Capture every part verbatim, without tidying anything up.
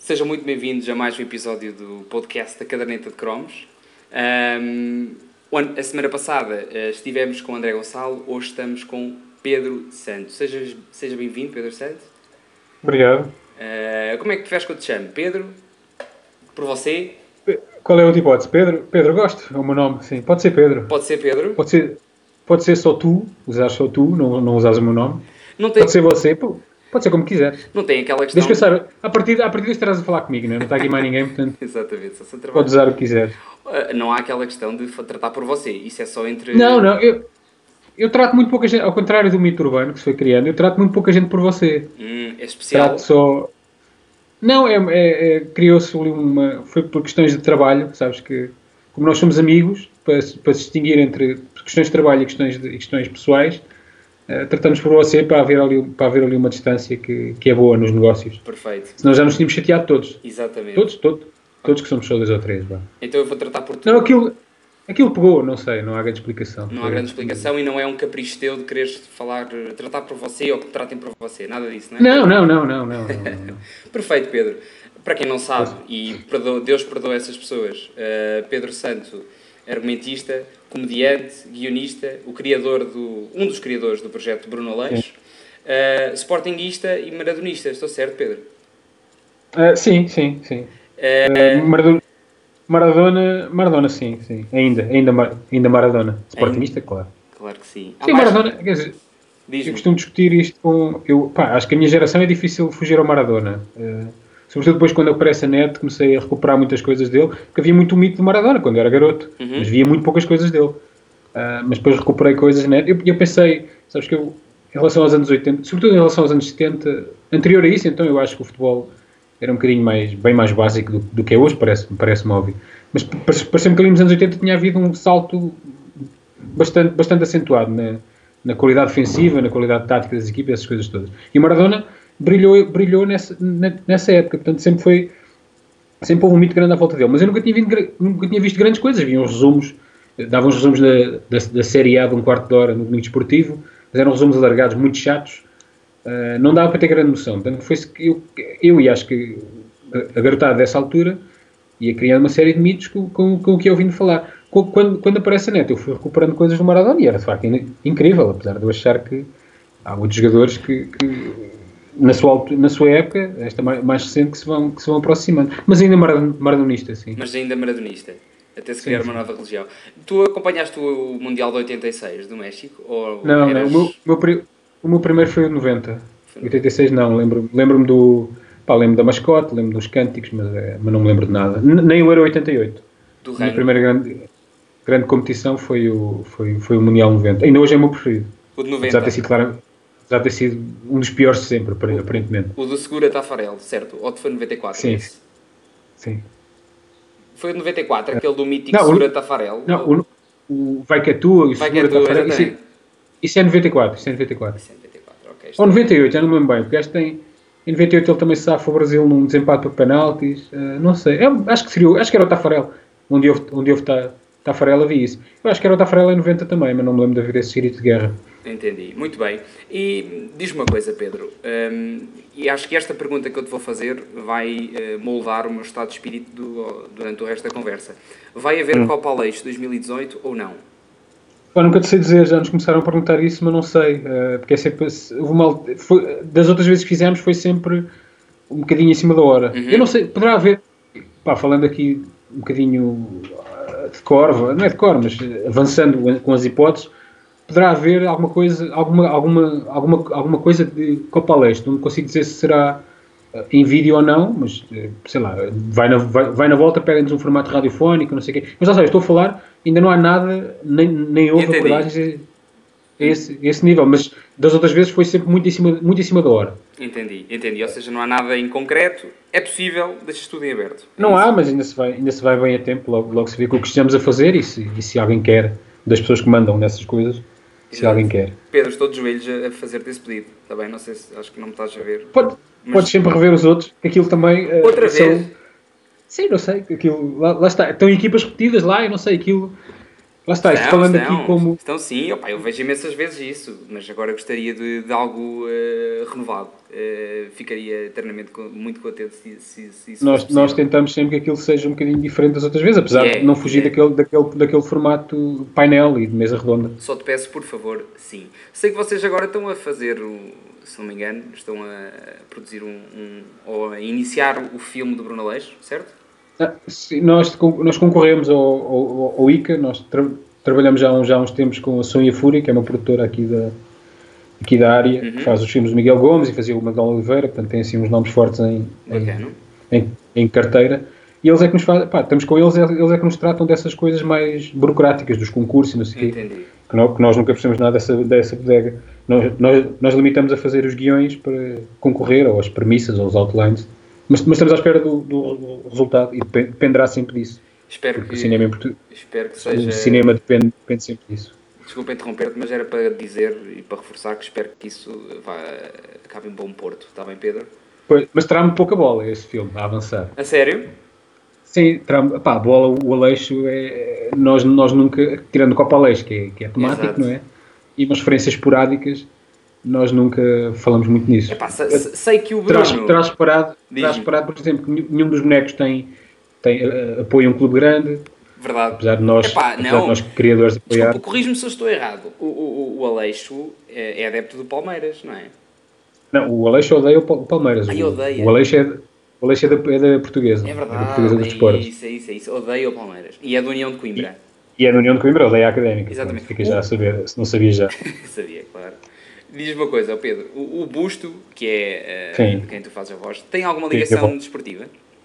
Sejam muito bem-vindos a mais um episódio do podcast da Caderneta de Cromos. Um, a semana passada uh, estivemos com André Gonçalo, hoje estamos com Pedro Santos. Seja, seja bem-vindo, Pedro Santos. Obrigado. Uh, como é que tu faz que eu te chamo? Pedro? Por você? Qual é a outra hipótese? Pedro? Pedro, gosto, é o meu nome, sim. Pode ser Pedro. Pode ser Pedro? Pode ser, pode ser só tu, usar só tu, não, não usares o meu nome. Não tem... Pode ser você, pode ser como quiseres. Não tem aquela questão... Deixa que eu saiba, a partir, a partir disso estarás a falar comigo, não, é? Não está aqui mais ninguém, portanto... Exatamente, só sem trabalho. Podes usar o que quiseres. Uh, não há aquela questão de tratar por você, isso é só entre... Não, não, eu, eu trato muito pouca gente, ao contrário do mito urbano que se foi criando, eu trato muito pouca gente por você. Hum, é especial? Trato só... Não, é, é, é, criou-se ali uma... Foi por questões de trabalho, sabes que... Como nós somos amigos, para, para se distinguir entre questões de trabalho e questões, de, e questões pessoais, uh, tratamos por você para haver ali, para haver ali uma distância que, que é boa nos negócios. Perfeito. Senão já nos tínhamos chateado todos. Exatamente. Todos, todos. Todos que somos só dois ou três. Vá. Então eu vou tratar por tu. Não, aquilo, aquilo pegou, não sei, não há grande explicação. Não há grande explicação e não é um capricho teu de quereres falar, tratar por você ou que te tratem por você, nada disso, não é? Não, não, não, não, não, não, não. Perfeito, Pedro. Para quem não sabe, e perdoa, Deus perdoa essas pessoas, uh, Pedro Santo, argumentista, comediante, guionista, o criador do, um dos criadores do projeto Bruno Aleixo, uh, sportinguista e maradonista. Estou certo, Pedro? Uh, sim, sim, sim. Uh, Maradona, Maradona, Maradona, sim, sim. Ainda, ainda, ainda Maradona. Sportingista, claro. Claro que sim. Sim, mais... Maradona, quer dizer, eu costumo discutir isto com... Eu, pá, acho que a minha geração é difícil fugir ao Maradona. Uh, sobretudo depois quando aparece a net, comecei a recuperar muitas coisas dele, porque havia muito o mito de Maradona quando eu era garoto, uhum. Mas via muito poucas coisas dele. Uh, mas depois recuperei coisas na net. Eu, eu pensei, sabes que eu, em relação aos anos oitenta, sobretudo em relação aos anos setenta, anterior a isso, então eu acho que o futebol era um bocadinho mais, bem mais básico do, do que é hoje, parece-me parece óbvio. Mas pareceu-me que ali nos anos oitenta tinha havido um salto bastante, bastante acentuado na, na qualidade defensiva, na qualidade tática das equipas, essas coisas todas. E o Maradona brilhou, brilhou nessa, nessa época, portanto sempre foi, sempre houve um mito grande à volta dele. Mas eu nunca tinha, vindo, nunca tinha visto grandes coisas, havia uns resumos, davam uns resumos da, da, da Série A de um quarto de hora no domingo desportivo, mas eram resumos alargados, muito chatos. Uh, não dava para ter grande noção. Portanto, foi eu, eu e acho que a garotada dessa altura ia criando uma série de mitos com, com, com o que eu ouvindo falar. Quando, quando aparece a net, eu fui recuperando coisas do Maradona e era de facto incrível, apesar de eu achar que há outros jogadores que, que na, sua, na sua época, esta mais, mais recente, que se, vão, que se vão aproximando. Mas ainda maradonista, sim. Mas ainda maradonista. Até se criar sim, uma sim. nova religião. Tu acompanhaste o Mundial de oitenta e seis do México? Ou não, eras... não. O meu, meu, o meu primeiro foi o noventa. oitenta e seis não, lembro-me lembro do... Pá, lembro da mascote, lembro dos cânticos, mas, mas não me lembro de nada. N- nem o Euro oitenta e oito. Do a minha primeira grande, grande competição foi o, foi, foi o Mundial noventa. Ainda hoje é o meu preferido. O de noventa. Já ter sido, claro, já ter sido um dos piores de sempre, o, aparentemente. O do Segura Tafarel, certo? Ou foi noventa e quatro? Sim. É Sim. Foi o de noventa e quatro, aquele do mítico não, Segura Tafarel? Não, o, o Vai Que É Tua e o Vai Segura que é tua, Tafarel. Isso, é, isso é noventa e quatro. Isso é noventa e quatro. Isso é noventa e quatro, ok. Ou noventa e oito, já não me lembro bem, porque acho que tem... Em noventa e oito ele também se safa o Brasil num desempate por penaltis. Uh, não sei. Eu acho que seria, acho que era o Tafarel. Onde houve, onde houve ta, Tafarel havia isso. Eu acho que era o Tafarel em noventa também, mas não me lembro de haver esse espírito de guerra. Entendi. Muito bem. E diz-me uma coisa, Pedro. Um, e acho que esta pergunta que eu te vou fazer vai uh, moldar o meu estado de espírito do, durante o resto da conversa. Vai haver hum. Copa Aleixo dois mil e dezoito ou não? Pá, nunca te sei dizer, já nos começaram a perguntar isso, mas não sei, uh, porque é sempre, houve uma, foi, das outras vezes que fizemos foi sempre um bocadinho em cima da hora. Uhum. Eu não sei, poderá haver, pá, falando aqui um bocadinho uh, de cor, não é de cor, mas avançando com as hipóteses, poderá haver alguma coisa, alguma, alguma, alguma, alguma coisa de Copa Leste, não consigo dizer se será uh, em vídeo ou não, mas uh, sei lá, vai na, vai, vai na volta, pega-nos um formato radiofónico, não sei o quê, mas já sabes, estou a falar, ainda não há nada, nem, nem houve abordagens a esse, esse nível, mas das outras vezes foi sempre muito em cima, muito em cima da hora. Entendi, entendi, ou seja, não há nada em concreto, é possível, deixa tudo em aberto. É não isso? há, mas ainda se, vai, ainda se vai bem a tempo, logo, logo se vê o que estejamos a fazer e se, e se alguém quer, das pessoas que mandam nessas coisas, se Exato. Alguém quer. Pedro, estou de joelhos a fazer-te esse pedido, está bem? Não sei se, acho que não me estás a ver. Pode, mas... Podes sempre rever os outros, que aquilo também... Outra uh, vez? São... Sim, não sei, aquilo, lá, lá está, estão equipas repetidas lá e não sei, aquilo... Lá está, isto falando estão, aqui como... Estão sim, opa, eu vejo imensas vezes isso, mas agora gostaria de, de algo uh, renovado. Uh, ficaria eternamente muito contente se, se, se isso nós, fosse nós tentamos sempre que aquilo seja um bocadinho diferente das outras vezes, apesar yeah, de não fugir yeah. daquele, daquele, daquele formato painel e de mesa redonda. Só te peço, por favor, sim. Sei que vocês agora estão a fazer, se não me engano, estão a produzir um, um ou a iniciar o filme do Bruno Aleixo, certo? Ah, sim, nós, nós concorremos ao, ao, ao I C A, nós tra trabalhamos já há, uns, já há uns tempos com a Sônia Fúria, que é uma produtora aqui da, aqui da área, uhum. que faz os filmes do Miguel Gomes e fazia o Manuel Oliveira, portanto tem assim uns nomes fortes em, em, em, em carteira, e eles é que nos fazem, pá, estamos com eles, eles é que nos tratam dessas coisas mais burocráticas, dos concursos e não sei o quê, que nós, que nós nunca percebemos nada dessa, dessa bodega. Nós, nós, nós limitamos a fazer os guiões para concorrer, ou as premissas, ou os outlines, Mas, mas estamos à espera do, do, do resultado e dependerá sempre disso. Espero que, o cinema, em espero que seja... O cinema depende, depende sempre disso. Desculpa interromper-te, mas era para dizer e para reforçar que espero que isso vá, acabe em bom porto. Está bem, Pedro? Pois, mas terá-me pouca bola esse filme, a avançar. A sério? Sim, terá-me... Pá, a bola, o Aleixo é... Nós, nós nunca... Tirando o Copa Aleixo, que é, que é temático, Exato. Não é? E umas referências esporádicas... Nós nunca falamos muito nisso. Epá, sei que o Bruno... Terás, terás, reparado, terás reparado, por exemplo, que nenhum dos bonecos tem, tem uh, apoio a um clube grande. Verdade. Apesar de nós, Epá, apesar não. de nós criadores apoiar. Desculpa, corrijo-me se eu estou errado. O, o, o Aleixo é, é adepto do Palmeiras, não é? Não, o Aleixo odeia o Palmeiras. Ai, odeia. O Aleixo é, o Aleixo é, da, é da Portuguesa. É verdade. É da Portuguesa dos Desportos. É isso, é isso, é isso. Odeia o Palmeiras. E é da União de Coimbra. E, e é da União de Coimbra, odeia a Académica. Exatamente. Fica já a saber, se não sabia já. Sabia, claro. Diz-me uma coisa, Pedro, o, o Busto, que é uh, de quem tu fazes a voz, tem alguma ligação Sim, desportiva?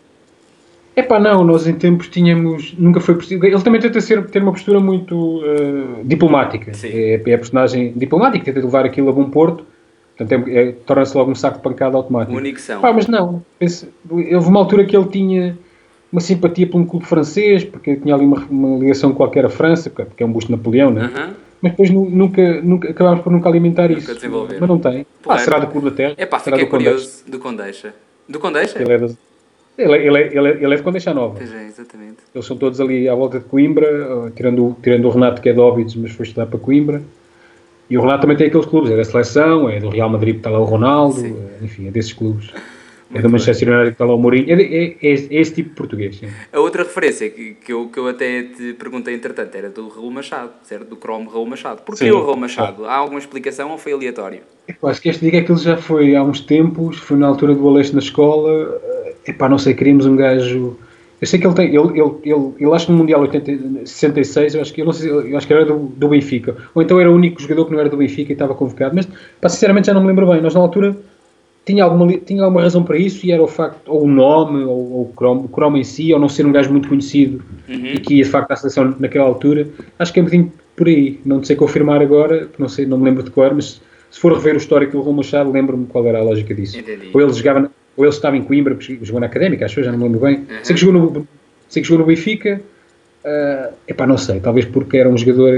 É pá, não, nós em tempos tínhamos, nunca foi possível, ele também tenta ser, ter uma postura muito uh, diplomática, Sim. é, é a personagem diplomática, tenta levar aquilo a bom porto, portanto é, é, torna-se logo um saco de pancada automático. Unixão. Pá, mas não, pense, houve uma altura que ele tinha uma simpatia por um clube francês, porque tinha ali uma, uma ligação qualquer à França, porque é um Busto de Napoleão, não é? Uh-huh. Mas depois nunca, nunca, acabámos por nunca alimentar nunca isso. Desenvolver. Mas não tem. Ah, será do Clube da Terra? É pá, fiquei curioso do Condeixa. Do Condeixa? Ele é, das, ele, é, ele, é, ele, é, ele é de Condeixa Nova. Pois é, exatamente. Eles são todos ali à volta de Coimbra, tirando, tirando o Renato, que é de Óbidos, mas foi estudar para Coimbra. E o Renato também tem aqueles clubes, é da Seleção, é do Real Madrid que está lá o Ronaldo, é, enfim, é desses clubes. É do Manchester United que está lá o Mourinho. É, é, é, é esse tipo de português, sim. A outra referência que, que, eu, que eu até te perguntei, entretanto, era do Raul Machado, certo? Do Cromo Raul Machado. Porquê sim, o Raul Machado? Há alguma explicação ou foi aleatório? Eu acho que este diga é que ele já foi há uns tempos, foi na altura do Aleixo na escola. Epá, não sei, queríamos um gajo... Eu sei que ele tem... Ele, ele, ele, ele acho que no Mundial oitenta, sessenta e seis, eu acho que, eu não sei, eu acho que era do, do Benfica. Ou então era o único jogador que não era do Benfica e estava convocado. Mas, pá, sinceramente, já não me lembro bem. Nós, na altura... Tinha alguma, tinha alguma razão para isso e era o facto, ou o nome, ou, ou o, cromo, o cromo em si, ou não ser um gajo muito conhecido uhum. e que ia de facto à seleção naquela altura. Acho que é um bocadinho por aí. Não sei confirmar agora, não sei, não me lembro de cor, mas se for rever o histórico do Raul Machado, lembro-me qual era a lógica disso. Entendi. Ou ele jogava, ou ele estava em Coimbra, jogou na Académica, acho que já não me lembro bem. Uhum. Sei, que jogou no, sei que jogou no Benfica. Uh, epá, não sei, talvez porque era um jogador.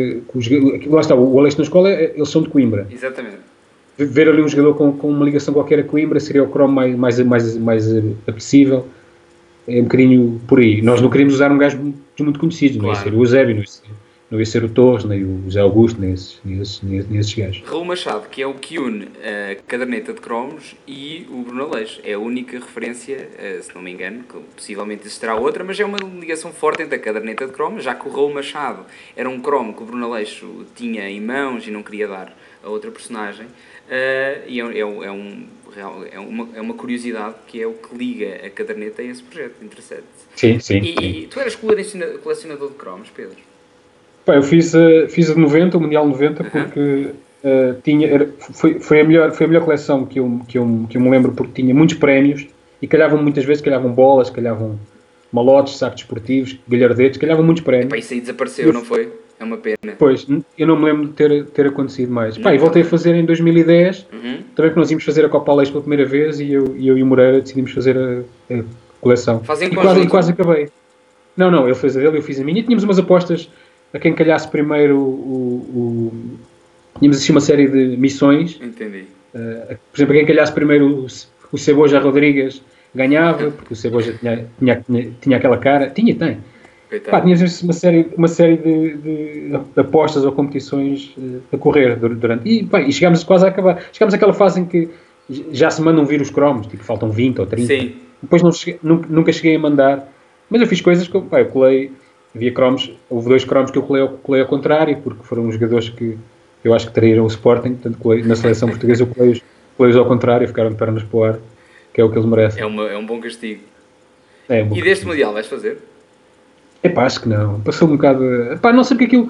Lá está, o Aleixo na escola, eles são de Coimbra. Exatamente. Ver ali um jogador com, com uma ligação qualquer a Coimbra seria o cromo mais, mais, mais, mais apetecível. É um bocadinho por aí. Nós não queríamos usar um gajo muito, muito conhecido, claro. Não ia ser o Eusébio, não ia ser, não ia ser o Torres, nem o José Augusto, nem esses, nem esses, nem esses gajos. Raul Machado, que é o que une a caderneta de cromos e o Bruno Aleixo. É a única referência, se não me engano, que possivelmente existirá outra, mas é uma ligação forte entre a caderneta de cromos, já que o Raul Machado era um cromo que o Bruno Aleixo tinha em mãos e não queria dar a outra personagem. Uh, e é, é, é, um, é, uma, é uma curiosidade que é o que liga a caderneta a esse projeto, interessante. Sim, sim. E, sim. e tu eras colecionador de cromos, Pedro? Pá, eu fiz, uh, fiz a de noventa, o Mundial noventa, uh-huh. porque uh, tinha, era, foi, foi, a melhor, foi a melhor coleção que eu, que, eu, que eu me lembro, porque tinha muitos prémios e calhavam muitas vezes, calhavam bolas, calhavam malotes, sacos esportivos, galhardetes, calhavam muitos prémios. Epá, isso aí desapareceu, eu, não foi? É uma pena. Pois, eu não me lembro de ter, ter acontecido mais. Pá, e voltei a fazer em dois mil e dez, uhum. também que nós íamos fazer a Copa Aleixo pela primeira vez e eu, eu e o Moreira decidimos fazer a, a coleção. Fazem e quase, e quase acabei. Não, não, ele fez a dele, eu fiz a minha. E tínhamos umas apostas a quem calhasse primeiro o... o tínhamos assim uma série de missões. Entendi. Uh, por exemplo, a quem calhasse primeiro o, o Ceboja Rodrigues ganhava, porque o Ceboja tinha, tinha, tinha, tinha aquela cara. Tinha, tem. Pá, tínhamos uma série, uma série de, de, de apostas ou competições uh, a correr durante. E, pá, e chegámos quase a acabar. Chegámos àquela fase em que já se mandam vir os cromos, tipo, faltam vinte ou trinta. Sim. Depois não cheguei, nunca, nunca cheguei a mandar. Mas eu fiz coisas que pá, eu colei. Havia cromos, houve dois cromos que eu colei, colei ao contrário, porque foram os jogadores que eu acho que traíram o Sporting. Portanto, colei, na seleção portuguesa eu colei-os colei ao contrário, ficaram de pernas para o ar, que é o que eles merecem. É, uma, é um bom castigo. É um bom e castigo. deste Mundial vais fazer? Epá, acho que não. Passou um bocado... Epá, não sei porque aquilo...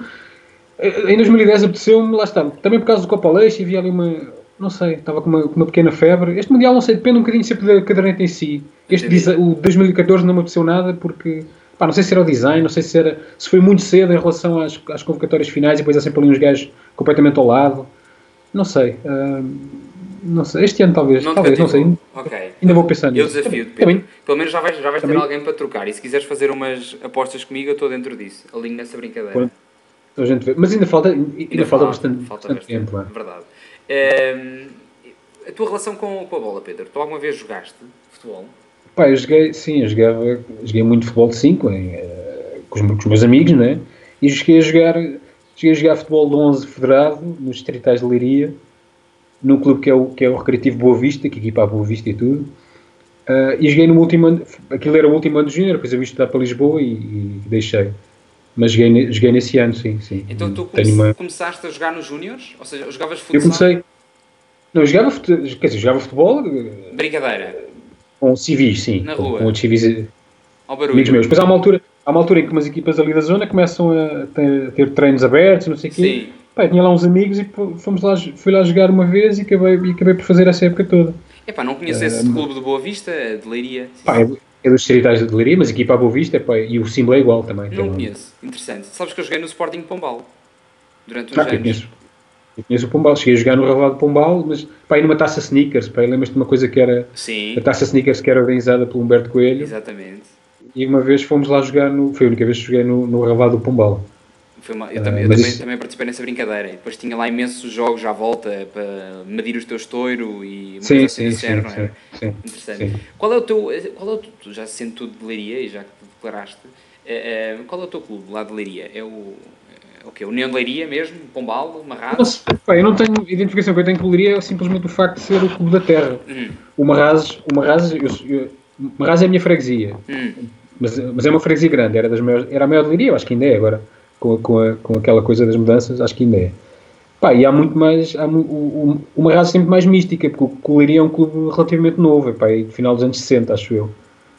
Em dois mil e dez apeteceu-me, lá está. Também por causa do Copa Leixe, havia ali uma... Não sei, estava com uma, com uma pequena febre. Este Mundial, não sei, depende um bocadinho sempre da caderneta em si. Este desa- o dois mil e catorze não me apeteceu nada porque... Pá, não sei se era o design, não sei se era... Se foi muito cedo em relação às, às convocatórias finais e depois há sempre ali uns gajos completamente ao lado. Não sei. Uh, não sei. Este ano talvez. Não talvez, não sei. Okay. Ainda vou pensar nisso. Eu desafio-te, Pedro. Pelo menos já vais, já vais ter alguém para trocar. E se quiseres fazer umas apostas comigo, eu estou dentro disso. Alinho nessa brincadeira. Pô, a gente vê. Mas ainda falta, ainda, ainda falta, falta bastante, falta bastante, bastante tempo. É verdade. É, a tua relação com, com a bola, Pedro? Tu alguma vez jogaste futebol? Pá, eu joguei, sim, eu jogava, joguei muito futebol de cinco em, uh, com, os, com os meus amigos, né? E cheguei a jogar, cheguei a jogar futebol de onze federado, nos distritais de Leiria, num clube que é o, que é o Recreativo Boa Vista, que equipa a Boa Vista e tudo. Uh, e joguei no último ano, aquilo era o último ano do júnior, depois eu vim estudar para Lisboa e, e deixei. Mas joguei, joguei nesse ano, sim, sim. Então tu come- uma... começaste a jogar nos júniores? Ou seja, jogavas futsal? Eu comecei... Não, eu jogava, fute... quer dizer, jogava futebol... Brincadeira? Com civis, sim. Na com, rua? Com outros civis... Ao barulho? Amigos meus. Depois há uma altura, há uma altura em que umas equipas ali da zona começam a ter, a ter treinos abertos, não sei o quê. Sim. Pá, eu tinha lá uns amigos e fomos lá, fui lá jogar uma vez e acabei, e acabei por fazer essa época toda. Epá, não conheço uh, esse clube de Boa Vista, de Leiria? Pá, é, é dos distritais de Leiria, mas a equipa a Boa Vista, pá, e o símbolo é igual também. Não conheço, interessante. Sabes que eu joguei no Sporting Pombal durante uns ah, anos. Eu conheço, eu conheço o Pombal, cheguei a jogar no Raval de Pombal, mas pá, e numa taça sneakers, pá, lembras-te de uma coisa que era... Sim. A taça sneakers que era organizada pelo Humberto Coelho. Exatamente. E uma vez fomos lá jogar, no, foi a única vez que joguei no, no Raval do Pombal. Foi uma, eu também, uh, eu também, isso... também participei nessa brincadeira. E depois tinha lá imensos jogos à volta para medir o teu estouro e uma sim, coisa sim, assim sim, sério, não sim, é? sim, interessante. Sim. Qual é o teu. Qual é o, tu já sendo tudo de Leiria e já que te declaraste, uh, qual é o teu clube lá de Leiria? É o. O quê? União de Leiria mesmo? Pombal? Marrazes? Eu não tenho identificação que eu tenho com Leiria, é simplesmente o facto de ser o clube da terra. Hum. O Marrazes, o Marrazes, eu, eu, Marrazes é a minha freguesia. Hum. Mas, mas é uma freguesia grande, era, das maiores, era a maior de Leiria, eu acho que ainda é agora, com, com, a, com aquela coisa das mudanças, acho que ainda é. Pá, e há muito mais, há, o, o, o Marrazes é sempre mais mística, porque o, o Leiria é um clube relativamente novo, é, pá, é do final dos anos sessenta, acho eu.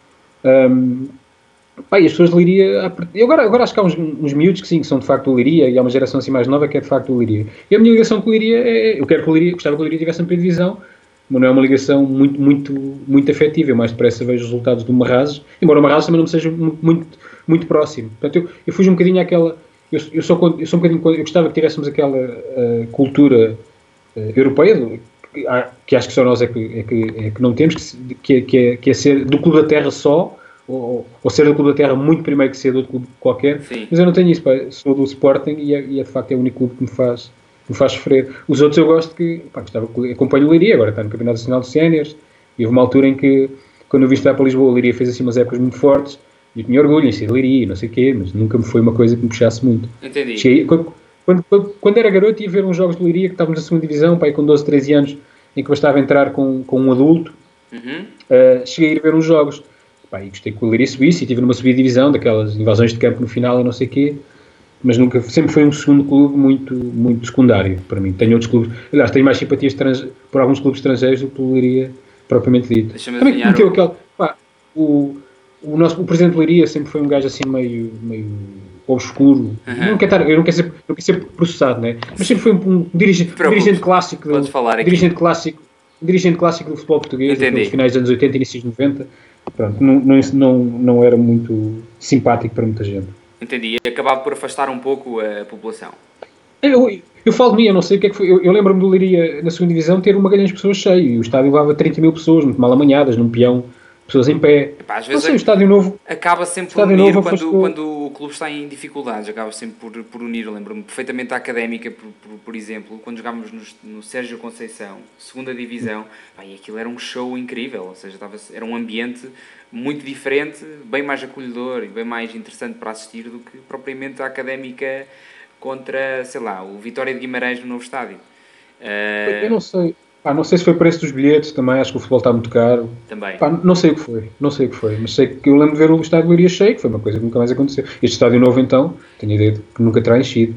Um, pá, e as pessoas de Leiria, eu agora, agora acho que há uns, uns miúdos que sim, que são de facto o Leiria, e há uma geração assim mais nova que é de facto o Leiria. E a minha ligação com o Leiria é, eu quero que o Leiria, gostava que o Leiria tivesse uma divisão, mas não é uma ligação muito, muito, muito afetiva. Eu mais depressa vejo os resultados do Marrazes, embora o Marrazes também não me seja muito, muito, muito próximo. Portanto, eu, eu fujo um bocadinho àquela... Eu, eu, sou, eu sou um bocadinho... Eu gostava que tivéssemos aquela uh, cultura uh, europeia, que, que acho que só nós é que, é que, é que não temos, que, que, é, que, é, que é ser do Clube da Terra só, ou, ou ser do Clube da Terra muito primeiro que ser do outro clube qualquer. Sim. Mas eu não tenho isso, pá. Sou do Sporting e é, e é de facto é o único clube que me faz... me faz sofrer. Os outros eu gosto que... Pá, gostava que acompanho o Leiria, agora está no Campeonato Nacional de Séniores, e houve uma altura em que, quando eu vim estudar para Lisboa, o Leiria fez assim umas épocas muito fortes, e eu tinha orgulho em ser Leiria, não sei o quê, mas nunca me foi uma coisa que me puxasse muito. Entendi. Cheguei, quando, quando, quando era garoto ia ver uns jogos de Leiria, que estávamos na segunda divisão, pá, com doze, treze anos, em que bastava entrar com, com um adulto, uhum. uh, cheguei a ir ver uns jogos. Pá, e gostei que o Leiria subisse, e estive numa subida divisão, daquelas invasões de campo no final, e não sei o quê, mas nunca, sempre foi um segundo clube muito, muito secundário para mim. Tenho outros clubes, aliás, tenho mais simpatias estrange, por alguns clubes estrangeiros do que pelo Leiria propriamente dito. Deixa-me também meteu o... aquele, pá, o, o, nosso, o presidente do Leiria sempre foi um gajo assim meio, meio obscuro. Uhum. Não quero estar, eu não quero ser, não quero ser processado, né? Mas sempre foi um, um, dirigente, um dirigente clássico, do, falar um dirigente clássico, um dirigente clássico do futebol português, nos finais dos anos oitenta e inícios de noventa. Pronto, não, não, não, não era muito simpático para muita gente. Entendi, e acabava por afastar um pouco a população. Eu, eu falo de mim, eu não sei o que é que foi. Eu, eu lembro-me do Leiria na segunda divisão ter uma Magalhães de pessoas cheio, e o estádio levava trinta mil pessoas, muito mal amanhadas, num peão pessoas em pé. Epá, às Não vezes sei, o Estádio Novo... acaba sempre por Estádio unir Novo quando, afastou- quando o clube está em dificuldades, acaba sempre por, por unir. Eu lembro-me perfeitamente da Académica, por, por, por exemplo, quando jogámos no, no Sérgio Conceição, segunda divisão, pá, e aquilo era um show incrível, ou seja, estava, era um ambiente muito diferente, bem mais acolhedor e bem mais interessante para assistir do que propriamente a Académica contra, sei lá, o Vitória de Guimarães no novo estádio. Eu Uh, não sei. Pá, não sei se foi o preço dos bilhetes também, acho que o futebol está muito caro. também. Pá, não sei o que foi, não sei o que foi, mas sei que eu lembro de ver o estádio de Leiria cheio, que foi uma coisa que nunca mais aconteceu. Este estádio novo, então, tenho a ideia de que nunca terá enchido.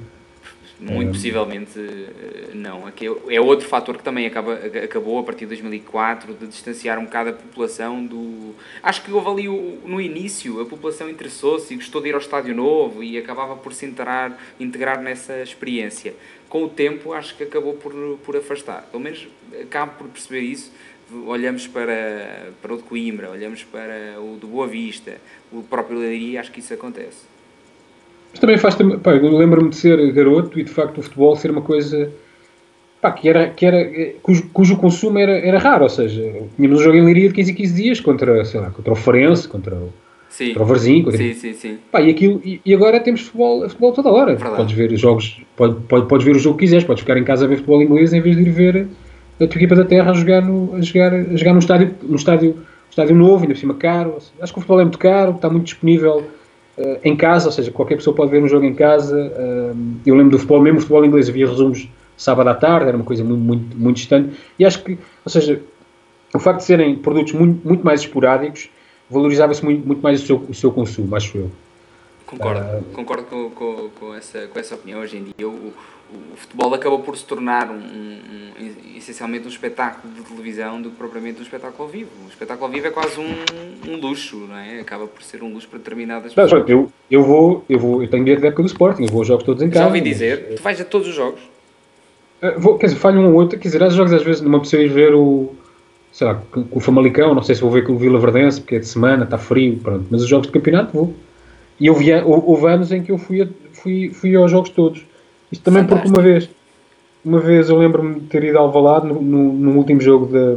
Muito possivelmente eh, não. Aqui é outro fator que também acaba, acabou a partir de dois mil e quatro de distanciar um bocado a população do... Acho que houve ali o, no início, a população interessou-se e gostou de ir ao estádio novo e acabava por se integrar, integrar nessa experiência. Com o tempo, acho que acabou por, por afastar. Pelo menos acabo por perceber isso. Olhamos para, para o de Coimbra, olhamos para o de Boa Vista, o próprio Leiria, acho que isso acontece. Mas também faz... Pá, eu lembro-me de ser garoto e, de facto, o futebol ser uma coisa... Pá, que era, que era, cujo, cujo consumo era, era raro, ou seja, tínhamos um jogo em Leiria de quinze em quinze dias contra, sei lá, contra o Farense, contra o, Sim. contra o Varzim, contra... Sim, sim, sim. Pá, e, aquilo, e, e agora temos futebol, futebol toda hora. Verdade. Podes ver os jogos, pode, pode, podes ver o jogo que quiseres, podes ficar em casa a ver futebol inglês em vez de ir ver a tua equipa da terra a jogar, no, a jogar, a jogar num estádio, num estádio, estádio novo, ainda por cima caro. Acho que o futebol é muito caro, está muito disponível uh, em casa, ou seja, qualquer pessoa pode ver um jogo em casa. Uh, eu lembro do futebol, mesmo o futebol inglês, havia resumos sábado à tarde, era uma coisa muito, muito, muito distante. E acho que, ou seja, o facto de serem produtos muito, muito mais esporádicos, valorizava-se muito, muito mais o seu, o seu consumo, acho eu. Concordo, uh, concordo com, com, com, essa, com essa opinião. Hoje em dia o, o, o futebol acabou por se tornar um, um, um, essencialmente um espetáculo de televisão do que propriamente um espetáculo ao vivo. O espetáculo ao vivo é quase um, um luxo, não é? Acaba por ser um luxo para determinadas não, pessoas. Eu, eu, vou, eu, vou, eu tenho bilhete da época do Sporting, eu vou aos jogos todos em casa. Já ouvi dizer, mas... tu vais a todos os jogos? Uh, vou, quer dizer, falho um ou outro, quer dizer, há jogos às vezes numa pessoa ir ver o, sei lá, com o Famalicão, não sei se vou ver com o Vila Verdense, porque é de semana, está frio, pronto, mas os jogos de campeonato vou. E eu via, houve anos em que eu fui, a, fui, fui aos jogos todos. Isto também Fantástico. Porque uma vez, uma vez eu lembro-me de ter ido ao Alvalade no, no, no último jogo da,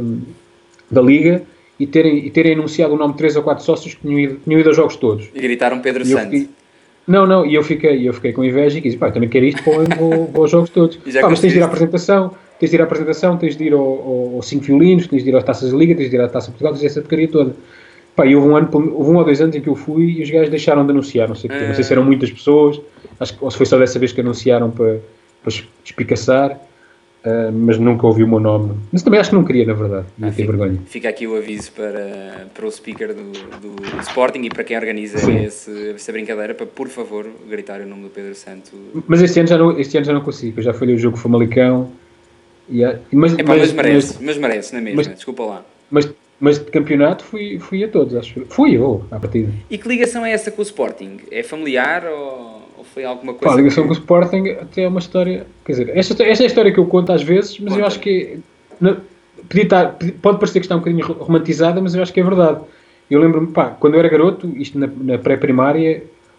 da Liga e terem, e terem anunciado o nome de três ou quatro sócios que tinham ido, tinham ido aos jogos todos. E gritaram Pedro Santos. Não, não, e eu fiquei, eu fiquei com inveja e disse, pá, eu também quero isto, pô, vou, vou aos jogos todos. Pá, mas tens de ir à apresentação, tens de ir à apresentação, tens de ir ao, ao, aos cinco violinos, tens de ir às taças da Liga, tens de ir à Taça de Portugal, tens de ir essa porcaria toda. Pá, e houve um, ano, houve um ou dois anos em que eu fui e os gajos deixaram de anunciar, não sei porquê, não sei se eram muitas pessoas, acho que, ou se foi só dessa vez que anunciaram para, para espicaçar, uh, mas nunca ouvi o meu nome. Mas também acho que não queria, na verdade, ia ah, ter fica, vergonha. Fica aqui o aviso para, para o speaker do, do Sporting e para quem organiza esse, essa brincadeira, para, por favor, gritar o nome do Pedro Santo. Mas este ano já não, este ano já não consigo, eu já falhei o jogo Famalicão. Yeah. Mas, Epá, mas, mas merece, mas, mas merece, não é mesmo? Mas, desculpa lá. Mas, Mas de campeonato fui, fui a todos, acho. Fui eu, à partida. E que ligação é essa com o Sporting? É familiar ou, ou foi alguma coisa? Pá, a ligação que... com o Sporting até é uma história... Quer dizer, esta, esta é a história que eu conto às vezes, mas Conta. eu acho que... Não, podia estar, pode parecer que está um bocadinho romantizada, mas eu acho que é verdade. Eu lembro-me, pá, quando eu era garoto, isto na, na pré-primária,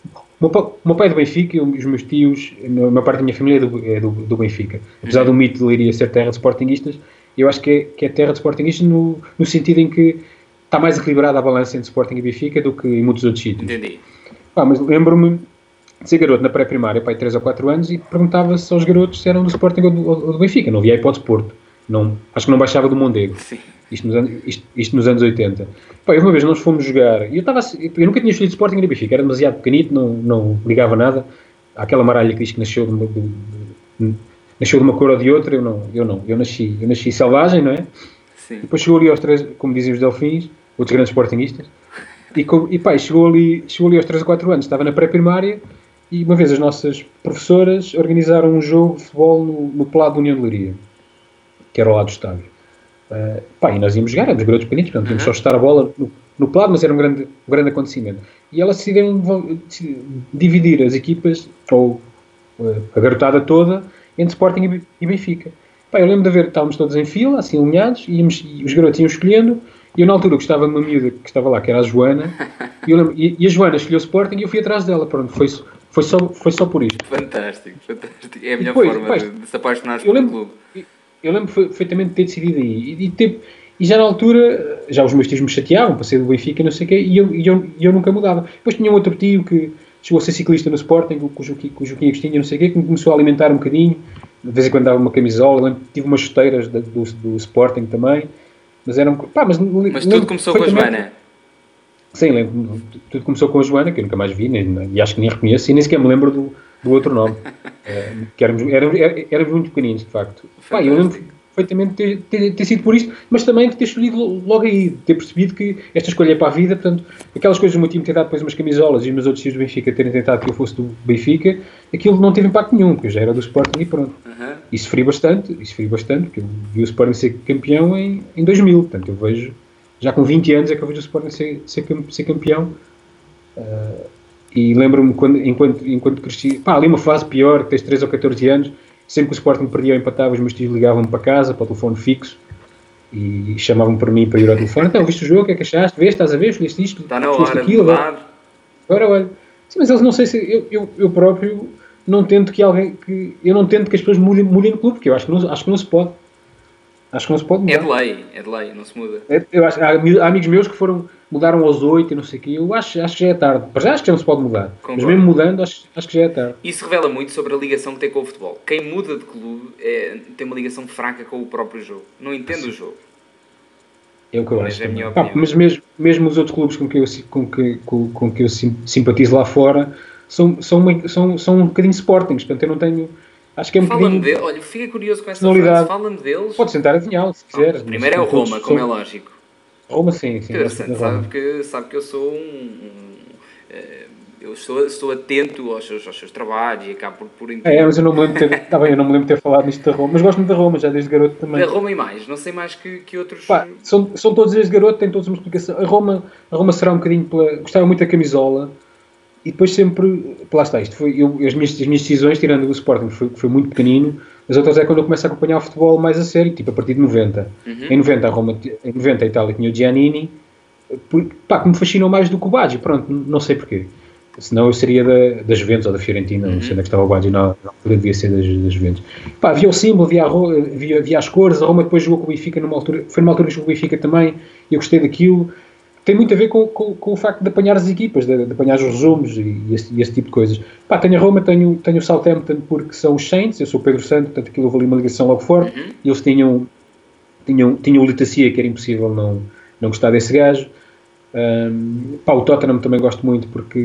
o meu, meu pai é do Benfica e os meus tios, a maior parte da minha família é do, é do, do Benfica. Apesar uhum. do mito de Leiria ser terra de sportinguistas, eu acho que é, que é terra de sportinguistas no, no sentido em que está mais equilibrada a balança entre Sporting e Benfica do que em muitos outros sítios. Entendi. Ah, mas lembro-me de ser garoto na pré-primária, pai, três ou quatro anos, e perguntava-se aos garotos se eram do Sporting ou do, ou do Benfica. Não havia hipótese de Porto. Não, acho que não baixava do Mondego. Sim. Isto nos, anos, isto, isto nos anos oitenta. Pá, uma vez nós fomos jogar, e eu, estava, eu nunca tinha escolhido Sporting nem Benfica, era demasiado pequenito, não, não ligava nada. Há aquela maralha que diz que nasceu de uma, de, de, nasceu de uma cor ou de outra, eu não, eu não. Eu nasci, eu nasci selvagem, não é? Sim. Depois chegou ali aos três, como dizem os Delfins, outros grandes sportinguistas, e, com, e pá, chegou ali, chegou ali aos três ou quatro anos, estava na pré-primária, e uma vez as nossas professoras organizaram um jogo de futebol no, no Pelado da União de Leiria, que era ao lado do estádio. Uh, pá, e nós íamos jogar, éramos garotos pequeninos, portanto, íamos só chutar a bola no, no Pelado, mas era um grande, um grande acontecimento. E elas decidiram dividir as equipas, ou uh, a garotada toda, entre Sporting e, e Benfica. Pá, eu lembro de ver, estávamos todos em fila, assim alinhados, e, íamos, e os garotos iam escolhendo, e eu na altura gostava de uma miúda que estava lá, que era a Joana, e, eu lembro, e, e a Joana escolheu o Sporting e eu fui atrás dela, pronto, foi, foi, só, foi só por isto. Fantástico, fantástico, é a melhor depois, forma depois, de, de se apaixonar pelo lembro, clube. Eu lembro perfeitamente de ter decidido aí, e, e, ter, E já na altura, já os meus tios me chateavam para ser do Benfica e não sei o quê, e eu, e eu, e eu nunca mudava. Depois tinha um outro tio que chegou a ser ciclista no Sporting, com o Joaquim, com o Joaquim Agostinho, não sei o quê, que me começou a alimentar um bocadinho. De vez em quando dava uma camisola, lembro, tive umas chuteiras do, do, do Sporting também. Mas eram... Pá, mas, mas tudo começou com a Joana? Sim, lembro. Tudo começou com a Joana, que eu nunca mais vi, nem, e acho que nem reconheço, e nem sequer me lembro do, do outro nome. é, que éramos, éramos, éramos muito pequeninos, de facto. Pá, eu lembro perfeitamente ter, ter, ter sido por isto, mas também de ter escolhido logo aí, de ter percebido que esta escolha é para a vida, portanto, aquelas coisas do meu time ter dado depois umas camisolas e os meus outros tios do Benfica terem tentado que eu fosse do Benfica, aquilo não teve impacto nenhum, porque eu já era do Sporting e pronto. Uhum. E sofri bastante, e sofri bastante, porque eu vi o Sporting ser campeão em, em dois mil, portanto, eu vejo, já com vinte anos é que eu vejo o Sporting ser, ser, ser campeão. Uh, e lembro-me, quando, enquanto, enquanto cresci, pá, ali uma fase pior, que tens treze ou catorze anos, sempre que o Sporting perdia ou empatava, os meus tios ligavam-me para casa, para o telefone fixo, e chamavam para mim para ir ao telefone. Então, viste o jogo, o que é que achaste? Vês, estás a ver, escolheste isto, está na hora aquilo, de mudar. Agora, olha, sim, mas eles não sei se, eu, eu, eu próprio não tento que alguém, que, eu não tento que as pessoas mudem, mudem no clube, porque eu acho que, não, acho que não se pode. Acho que não se pode mudar. É de lei, é de lei, não se muda. É, eu acho, há, há amigos meus que foram, mudaram aos oito e não sei o quê, eu acho, acho que já é tarde. Para já acho que já não se pode mudar. Concordo. Mas mesmo mudando, acho, acho que já é tarde. Isso revela muito sobre a ligação que tem com o futebol. Quem muda de clube é, tem uma ligação fraca com o próprio jogo. Não entende Sim. o jogo. É o que eu mas acho. É a minha opinião. Ah, mas mesmo, mesmo os outros clubes com que eu, com que, com, com que eu simpatizo lá fora são, são, uma, são, são um bocadinho Sportings, portanto eu não tenho... Acho que é um Fala-me deles, olha, fica curioso com essa frase, fala-me deles. Pode sentar a adivinhá-lo, se quiser. Oh, primeiro é o Roma, como é lógico. Roma, sim, sim. Pedro Santos sabe que, sabe que eu sou um... um eu estou, estou atento aos seus, aos seus trabalhos e acabo por... por entender. É, mas eu não me lembro de ter... Está bem, eu não me lembro de ter falado nisto da Roma, mas gosto muito da Roma, já desde garoto também. Da Roma e mais, não sei mais que, que outros... Pá, são, são todos desde garoto, têm todos uma explicação. A Roma, a Roma será um bocadinho pela... Gostava muito da camisola. E depois sempre, lá está, isto foi, eu, as, minhas, as minhas decisões, tirando o Sporting, que foi, foi muito pequenino, as outras é quando eu começo a acompanhar o futebol mais a sério, tipo a partir de noventa. Uhum. Em noventa a Roma, em noventa a Itália tinha o Giannini, por, pá, que me fascinou mais do que o Baggio, pronto, não sei porquê. Senão eu seria da, das Juventus ou da Fiorentina, uhum. não sei onde é que estava o Baggio, na altura devia ser das, das Juventus. Pá, havia o símbolo, havia, havia, havia as cores, a Roma depois jogou com o Benfica numa altura, foi numa altura que jogou com o Benfica também, e eu gostei daquilo. Tem muito a ver com, com, com o facto de apanhar as equipas, de, de apanhar os resumos e, e, esse, e esse tipo de coisas. Pá, tenho a Roma, tenho, tenho o Southampton porque são os Saints, eu sou o Pedro Santo, portanto aquilo houve ali uma ligação logo forte. Uhum. Eles tinham, tinham, tinham o Litacia, que era impossível não, não gostar desse gajo. Um, pá, o Tottenham também gosto muito porque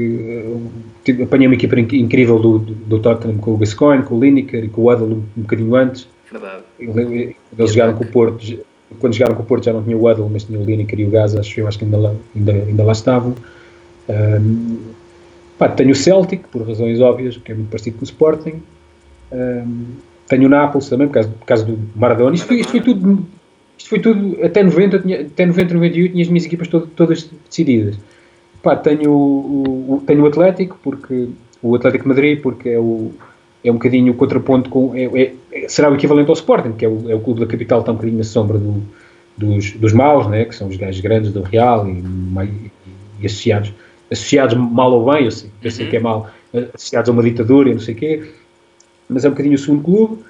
uh, apanhei uma equipa incrível do, do, do Tottenham com o Gascoigne, com o Lineker e com o Adel um, um bocadinho antes. Verdade. Eles, eles jogaram com o Porto. Quando jogaram com o Porto já não tinha o Adel, mas tinha o Lineker e o Gaza, acho eu, acho que ainda lá, ainda, ainda lá estavam. Um, pá, tenho o Celtic, por razões óbvias, que é muito parecido com o Sporting. Um, tenho o Nápoles também, por causa, por causa do Maradona. Isto foi, isto foi tudo, isto foi tudo até noventa, tinha, até noventa, noventa e oito, tinha as minhas equipas todo, todas decididas. Pá, tenho, o, o, tenho o Atlético, porque, o Atlético de Madrid, porque é o... é um bocadinho o contraponto com... É, é, será o equivalente ao Sporting, que é o, é o clube da capital, está um bocadinho na sombra do, dos, dos maus, né, que são os gajos grandes do Real e, e, e associados, associados mal ou bem, eu sei, eu sei uhum. que é mal, associados a uma ditadura e não sei o quê, mas é um bocadinho o segundo clube,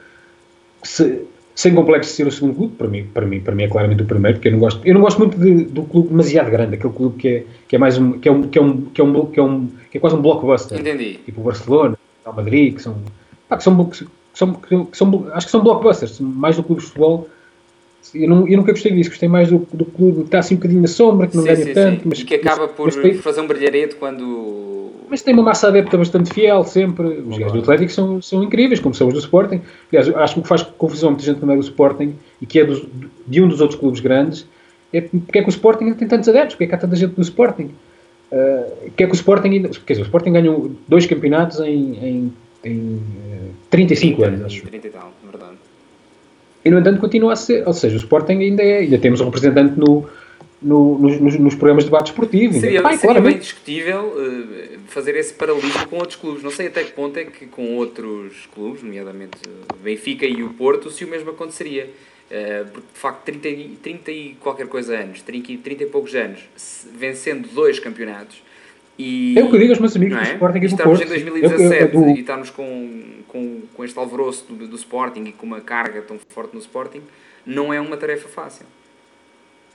se, sem complexo de ser o segundo clube, para mim, para mim, para mim é claramente o primeiro, porque eu não gosto, eu não gosto muito de, do clube demasiado grande, aquele clube que é, que é mais um, que é um, que é um, que é um, que é um, que é quase um blockbuster. Entendi. Tipo o Barcelona, o Madrid, que são, pá, que são, que são, que são, acho que são blockbusters, mais do clube de futebol. Eu, não, eu nunca gostei disso, gostei mais do, do clube que está assim um bocadinho na sombra, que não sim, ganha sim, tanto. Sim. Mas, e que acaba mas, por mas tem, fazer um brilharete quando... Mas tem uma massa adepta bastante fiel, sempre. Os gajos do Atlético são, são incríveis, como são os do Sporting. Aliás, acho que o que faz confusão muita gente não é do Sporting e que é dos, de um dos outros clubes grandes é porque é que o Sporting tem tantos adeptos, porque é que há tanta gente do Sporting. Uh, que é que o Sporting ainda, quer dizer, o Sporting ganhou dois campeonatos em, em, em uh, trinta e cinco trinta, anos, acho. trinta e tal, verdade. E no entanto continua a ser, ou seja, o Sporting ainda é, ainda temos um representante no, no, nos, nos, nos programas de debate esportivo. Seria, Pai, seria bem discutível uh, fazer esse paralelismo com outros clubes. Não sei até que ponto é que com outros clubes, nomeadamente Benfica e o Porto, se o mesmo aconteceria. Uh, porque de facto trinta, trinta e qualquer coisa anos, trinta, trinta e poucos anos, vencendo dois campeonatos. E, é o que eu digo aos meus amigos do é? Sporting e do Porto. Estamos em dois mil e dezassete eu, eu, eu, e estamos com, com, com este alvoroço do, do Sporting e com uma carga tão forte no Sporting, não é uma tarefa fácil.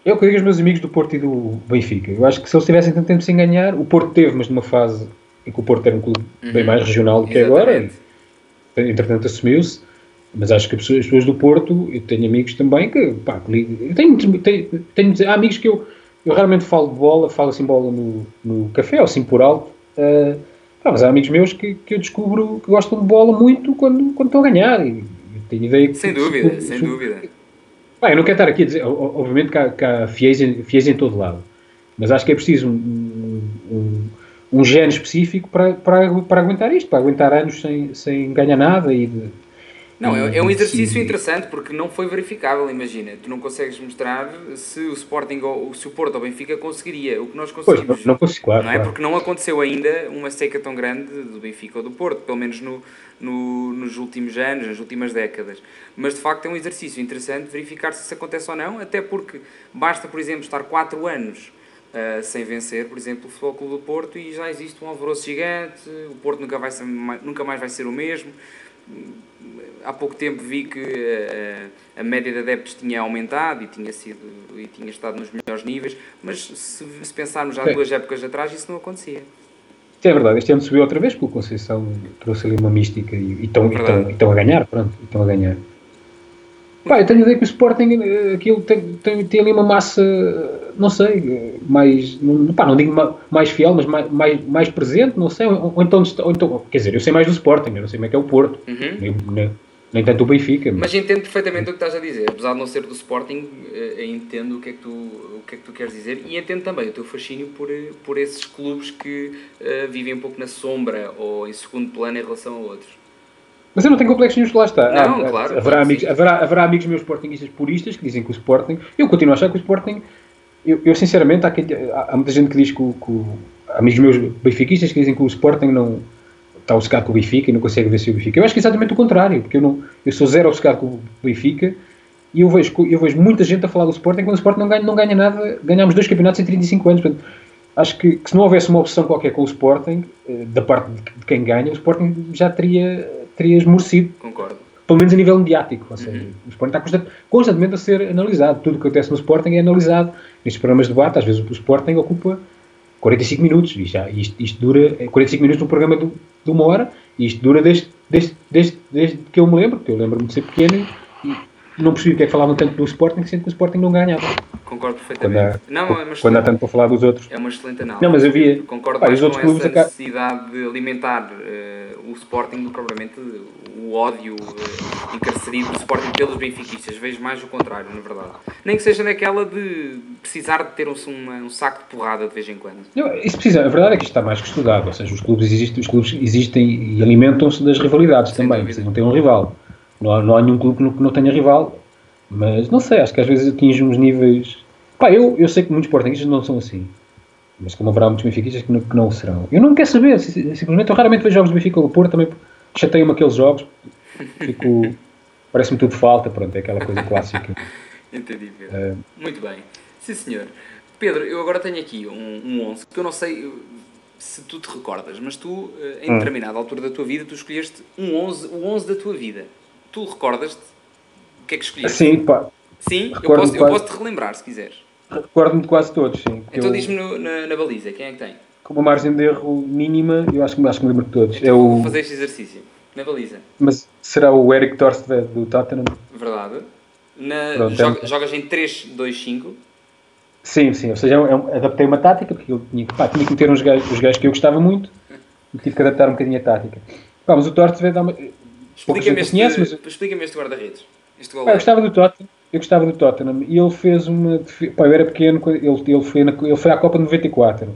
É o que eu digo aos meus amigos do Porto e do Benfica. Eu acho que se eles tivessem tanto tempo sem ganhar, o Porto teve, mas numa fase em que o Porto era um clube uhum. bem mais regional do que agora. Entretanto assumiu-se. Mas acho que as pessoas, as pessoas do Porto, eu tenho amigos também que, pá, eu tenho, tenho, tenho há amigos que eu, eu raramente falo de bola, falo assim bola no, no café, ou assim por alto, uh, pá, mas há amigos meus que, que eu descubro que gostam de bola muito quando, quando estão a ganhar, e eu tenho ideia que... Sem dúvida, se, sem se, dúvida. Pá, eu não quero estar aqui a dizer, obviamente que há, que há fiéis, em, fiéis em todo lado, mas acho que é preciso um, um, um gene específico para, para, para aguentar isto, para aguentar anos sem, sem ganhar nada e... De, Não, é, é um exercício interessante porque não foi verificável, imagina. Tu não consegues mostrar se o Sporting ou se o Porto ou o Benfica conseguiria. O que nós conseguimos, pois, não, não, consigo, claro, não é? Claro. Porque não aconteceu ainda uma seca tão grande do Benfica ou do Porto, pelo menos no, no, nos últimos anos, nas últimas décadas. Mas de facto é um exercício interessante verificar se isso acontece ou não, até porque basta, por exemplo, estar quatro anos uh, sem vencer, por exemplo, o Futebol Clube do Porto e já existe um alvoroço gigante, o Porto nunca, vai ser, nunca mais vai ser o mesmo. Há pouco tempo vi que a, a média de adeptos tinha aumentado e tinha, sido, e tinha estado nos melhores níveis, mas se, se pensarmos já há duas épocas atrás, isso não acontecia. Isso é verdade, este ano subiu outra vez porque o Conceição trouxe ali uma mística e estão a ganhar, pronto, estão a ganhar. Pá, eu tenho a ideia que o Sporting aquilo tem, tem, tem ali uma massa, não sei, mais, não, pá, não digo mais fiel, mas mais, mais, mais presente, não sei, ou, ou, então, ou então, quer dizer, eu sei mais do Sporting, eu não sei como é que é o Porto, uhum. nem, nem, nem tanto o Benfica. Mas... mas entendo perfeitamente o que estás a dizer, apesar de não ser do Sporting, entendo o que é que tu, o que é que tu queres dizer e entendo também o teu fascínio por, por esses clubes que uh, vivem um pouco na sombra ou em segundo plano em relação a outros. Mas eu não tenho complexos nenhum, lá está. Não, ah, claro. Haverá, claro amigos, haverá, haverá amigos meus sportinguistas puristas que dizem que o Sporting... Eu continuo a achar que o Sporting... Eu, eu sinceramente, há, quem, há, há muita gente que diz que o... Que o amigos meus benfiquistas que dizem que o Sporting não... Está obcecado com o Benfica e não consegue vencer o Benfica. Eu acho que é exatamente o contrário, porque eu, não, eu sou zero obcecado com o Benfica e eu vejo, eu vejo muita gente a falar do Sporting quando o Sporting não ganha, não ganha nada. Ganhámos dois campeonatos em trinta e cinco anos. Portanto, acho que, que se não houvesse uma opção qualquer com o Sporting, da parte de, de quem ganha, o Sporting já teria... teria esmorecido. Concordo. Pelo menos a nível mediático. Ou seja, uhum. o Sporting está constant, constantemente a ser analisado. Tudo o que acontece no Sporting é analisado. Nestes programas de debate, às vezes o Sporting ocupa quarenta e cinco minutos. E já, isto, isto dura quarenta e cinco minutos num programa de, de uma hora. E isto dura desde, desde, desde, desde que eu me lembro, porque eu lembro-me de ser pequeno e não percebi o que é que falavam tanto do Sporting, sendo que o Sporting não ganhava. Concordo perfeitamente. Quando há, não, é quando há tanto para falar dos outros. É uma excelente análise. Não, mas eu via... Concordo pá, mais com essa necessidade de alimentar uh, o Sporting do que propriamente o ódio uh, encarcerido do Sporting pelos benfiquistas. Vejo mais o contrário, na verdade. Nem que seja naquela de precisar de ter um, um, um saco de porrada de vez em quando. Não, isso precisa. A verdade é que isto está mais que estudado. Ou seja, os clubes existem, os clubes existem e alimentam-se das rivalidades Sem também. Precisam ter um rival. Não há, não há nenhum clube que não, que não tenha rival. Mas não sei, acho que às vezes atinge uns níveis... Pá, eu, eu sei que muitos sportinguistas não são assim. Mas como haverá muitos benfiquistas que não, que não serão. Eu não quero saber, simplesmente eu raramente vejo jogos do Benfica ou do Porto, também chateio-me aqueles jogos. Fico... Parece-me tudo falta, pronto, é aquela coisa clássica. Entendi, Pedro. É... Muito bem. Sim, senhor. Pedro, eu agora tenho aqui um, um onze, que eu não sei se tu te recordas, mas tu, em hum. determinada altura da tua vida, tu escolheste um onze, o onze da tua vida. Tu recordas-te? O que é que escolheste? Sim, pá. Sim? Eu posso, eu posso te relembrar, se quiseres. Recordo-me de quase todos, sim. Então eu... diz-me no, na, na baliza, quem é que tem? Com uma margem de erro mínima, eu acho que, acho que me lembro de todos. Então, é o... vou fazer este exercício. Na baliza. Mas será o Eric Torstvedt do Tottenham? Verdade. Na... Pronto, Joga, é... Jogas em três dois cinco? Sim, sim. Ou seja, eu, eu adaptei uma tática, porque eu tinha, pá, tinha que meter uns gajos, os gajos que eu gostava muito, e tive que adaptar um bocadinho a tática. Pá, mas o Torstvedt dá uma... Explica-me este, conhece, mas... explica este guarda-redes. Pá, eu gostava do Tottenham. Eu gostava do Tottenham e ele fez uma... Pá, eu era pequeno, ele, ele, foi, na, ele foi à Copa de noventa e quatro.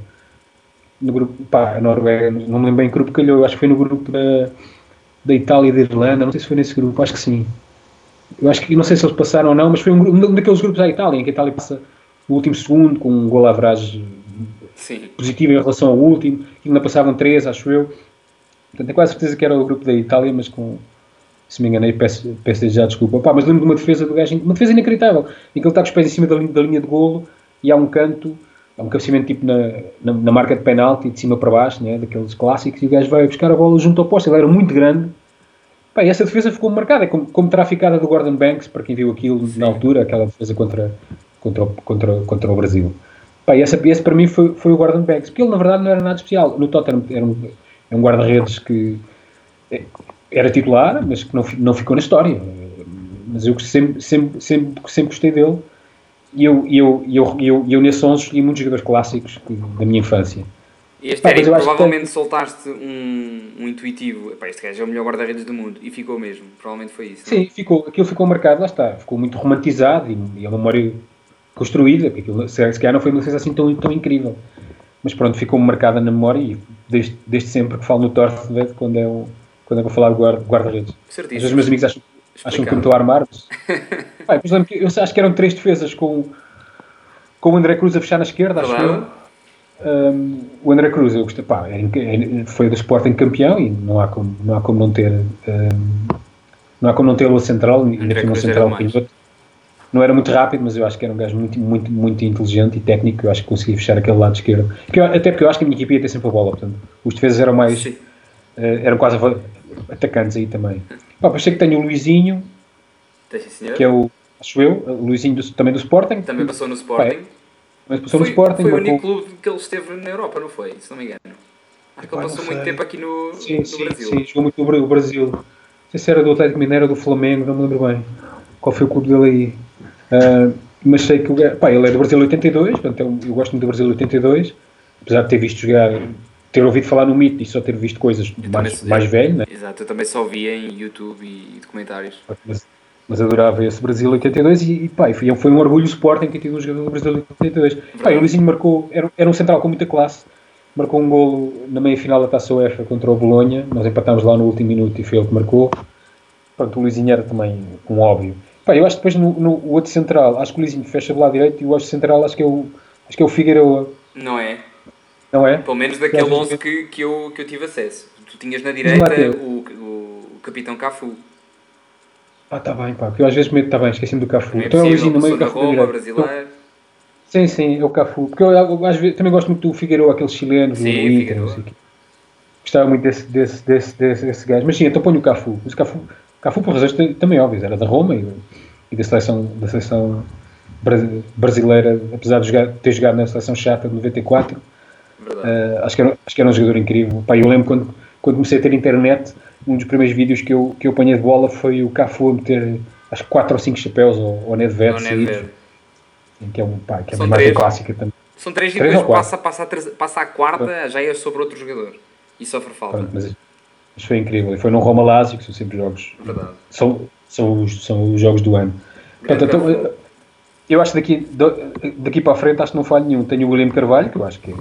No grupo... Pá, a Noruega, não me lembro bem que grupo calhou. Acho que foi no grupo da, da Itália e da Irlanda. Não sei se foi nesse grupo. Acho que sim. Eu acho que... Não sei se eles passaram ou não, mas foi um, um daqueles grupos da Itália, em que a Itália passa o último segundo, com um gol à average positivo em relação ao último. E ainda passavam três, acho eu. Portanto, tenho quase certeza que era o grupo da Itália, mas com... Se me enganei, peço, peço já desculpa. Pá, mas lembro de uma defesa do gajo, uma defesa inacreditável, em que ele está com os pés em cima da linha, da linha de golo e há um canto, há um cabeceamento tipo na, na, na marca de penalti, de cima para baixo, né, daqueles clássicos, e o gajo vai buscar a bola junto ao poste. Ele era muito grande. Pá, e essa defesa ficou marcada, como, como terá ficado a do Gordon Banks, para quem viu aquilo Sim. na altura, aquela defesa contra, contra, o, contra, contra o Brasil. Pá, e essa, esse para mim foi, foi o Gordon Banks, porque ele na verdade não era nada especial. No Tottenham era um, era um guarda-redes que era titular, mas que não, não ficou na história. Mas eu sempre, sempre, sempre, sempre gostei dele. E eu, eu, eu, eu, eu nesse onze escolhi muitos jogadores clássicos da minha infância. E este Eric, provavelmente que... soltaste um, um intuitivo, epá, este gajo é o melhor guarda-redes do mundo, e ficou mesmo, provavelmente foi isso. Sim, ficou, aquilo ficou marcado, lá está, ficou muito romantizado e, e a memória construída, porque aquilo, se calhar não foi uma coisa assim tão, tão incrível. Mas pronto, ficou marcada na memória e desde, desde sempre que falo no Torthwaite, quando é o, quando eu vou falar de guarda, guarda-redes. Certíssimo. Às vezes os meus amigos acham, acham que eu me estou a armar, mas... Pai, por exemplo, eu acho que eram três defesas com, com o André Cruz a fechar na esquerda, acho eu. Um, o André Cruz, eu gostei, pá, foi do Sporting campeão e não há como não, há como não ter um, não há como não ter o central, ainda foi um central piloto. Não era muito rápido, mas eu acho que era um gajo muito, muito, muito inteligente e técnico. Eu acho que conseguia fechar aquele lado esquerdo. Porque eu, até porque eu acho que a minha equipe ia ter sempre a bola, portanto, os defesas eram mais uh, eram quase atacantes aí também. Pá, depois sei que tenho o Luizinho, que é o, acho eu, o Luizinho do, também do Sporting. Também passou no Sporting. Pá, mas passou foi, no Sporting. Foi marcou... o único clube que ele esteve na Europa, não foi? Se não me engano. Acho que ele passou muito tempo aqui no, sim, no sim, Brasil. Sim, jogou muito no Brasil. Não sei se era do Atlético Mineiro ou do Flamengo, não me lembro bem. Qual foi o clube dele aí? Uh, mas sei que o, pá, ele é do Brasil oitenta e dois, portanto eu, eu gosto muito do Brasil oitenta e dois, apesar de ter visto jogar, ter ouvido falar no mito e só ter visto coisas mais, mais velho, né? Exato, eu também só via em YouTube e, e documentários. Mas, mas adorava esse Brasil oitenta e dois e, e pá, foi, foi um orgulho o Sporting ter tido um jogador do Brasil oitenta e dois. Pá, o Luizinho marcou, era, era um central com muita classe, marcou um golo na meia-final da Taça UEFA contra o Bolonha, nós empatámos lá no último minuto e foi ele que marcou. Pronto, o Luizinho era também um óbvio. Pá, eu acho que depois no, no o outro central, acho que o Luizinho fecha do lado direito e o outro central acho que é o, acho que é o Figueiredo. Não é? Não é? Pelo menos daquele onze que, que, eu, que eu tive acesso. Tu tinhas na direita o, o, o capitão Cafu. Ah, está bem, pá, porque eu às vezes medo, está bem, esqueci-me do Cafu. É então é o Luizinho no meio, o Cafu Roma, direito. brasileiro. Então, sim, sim, é o Cafu. Porque eu, eu às vezes também gosto muito do Figueiredo, aquele chileno, do Inter, não sei o quê. Gostava muito desse, desse, desse, desse, desse gajo. Mas sim, então ponho o Cafu. Mas o Cafu, Cafu por razões também óbvias, era da Roma e, e da seleção, da seleção brasileira, apesar de jogar, ter jogado na seleção chata de noventa e quatro. Uh, acho, que era, acho que era um jogador incrível. Pá, eu lembro quando, quando comecei a ter internet, um dos primeiros vídeos que eu, que eu apanhei de bola foi o Cafu a meter acho que quatro ou cinco chapéus ao, ao Nedved seguidos, que é, um, pá, que é uma imagem clássica também. São três e depois passa, passa, a, passa a quarta, Pronto. Já é sobre outro jogador e sofre falta. Pronto, mas, mas foi incrível. E foi no Roma Lazio, que são sempre jogos. Verdade. São, são, os, são os jogos do ano. Portanto, então, eu acho que daqui, daqui para a frente acho que não falho nenhum. Tenho o William Carvalho, que eu acho que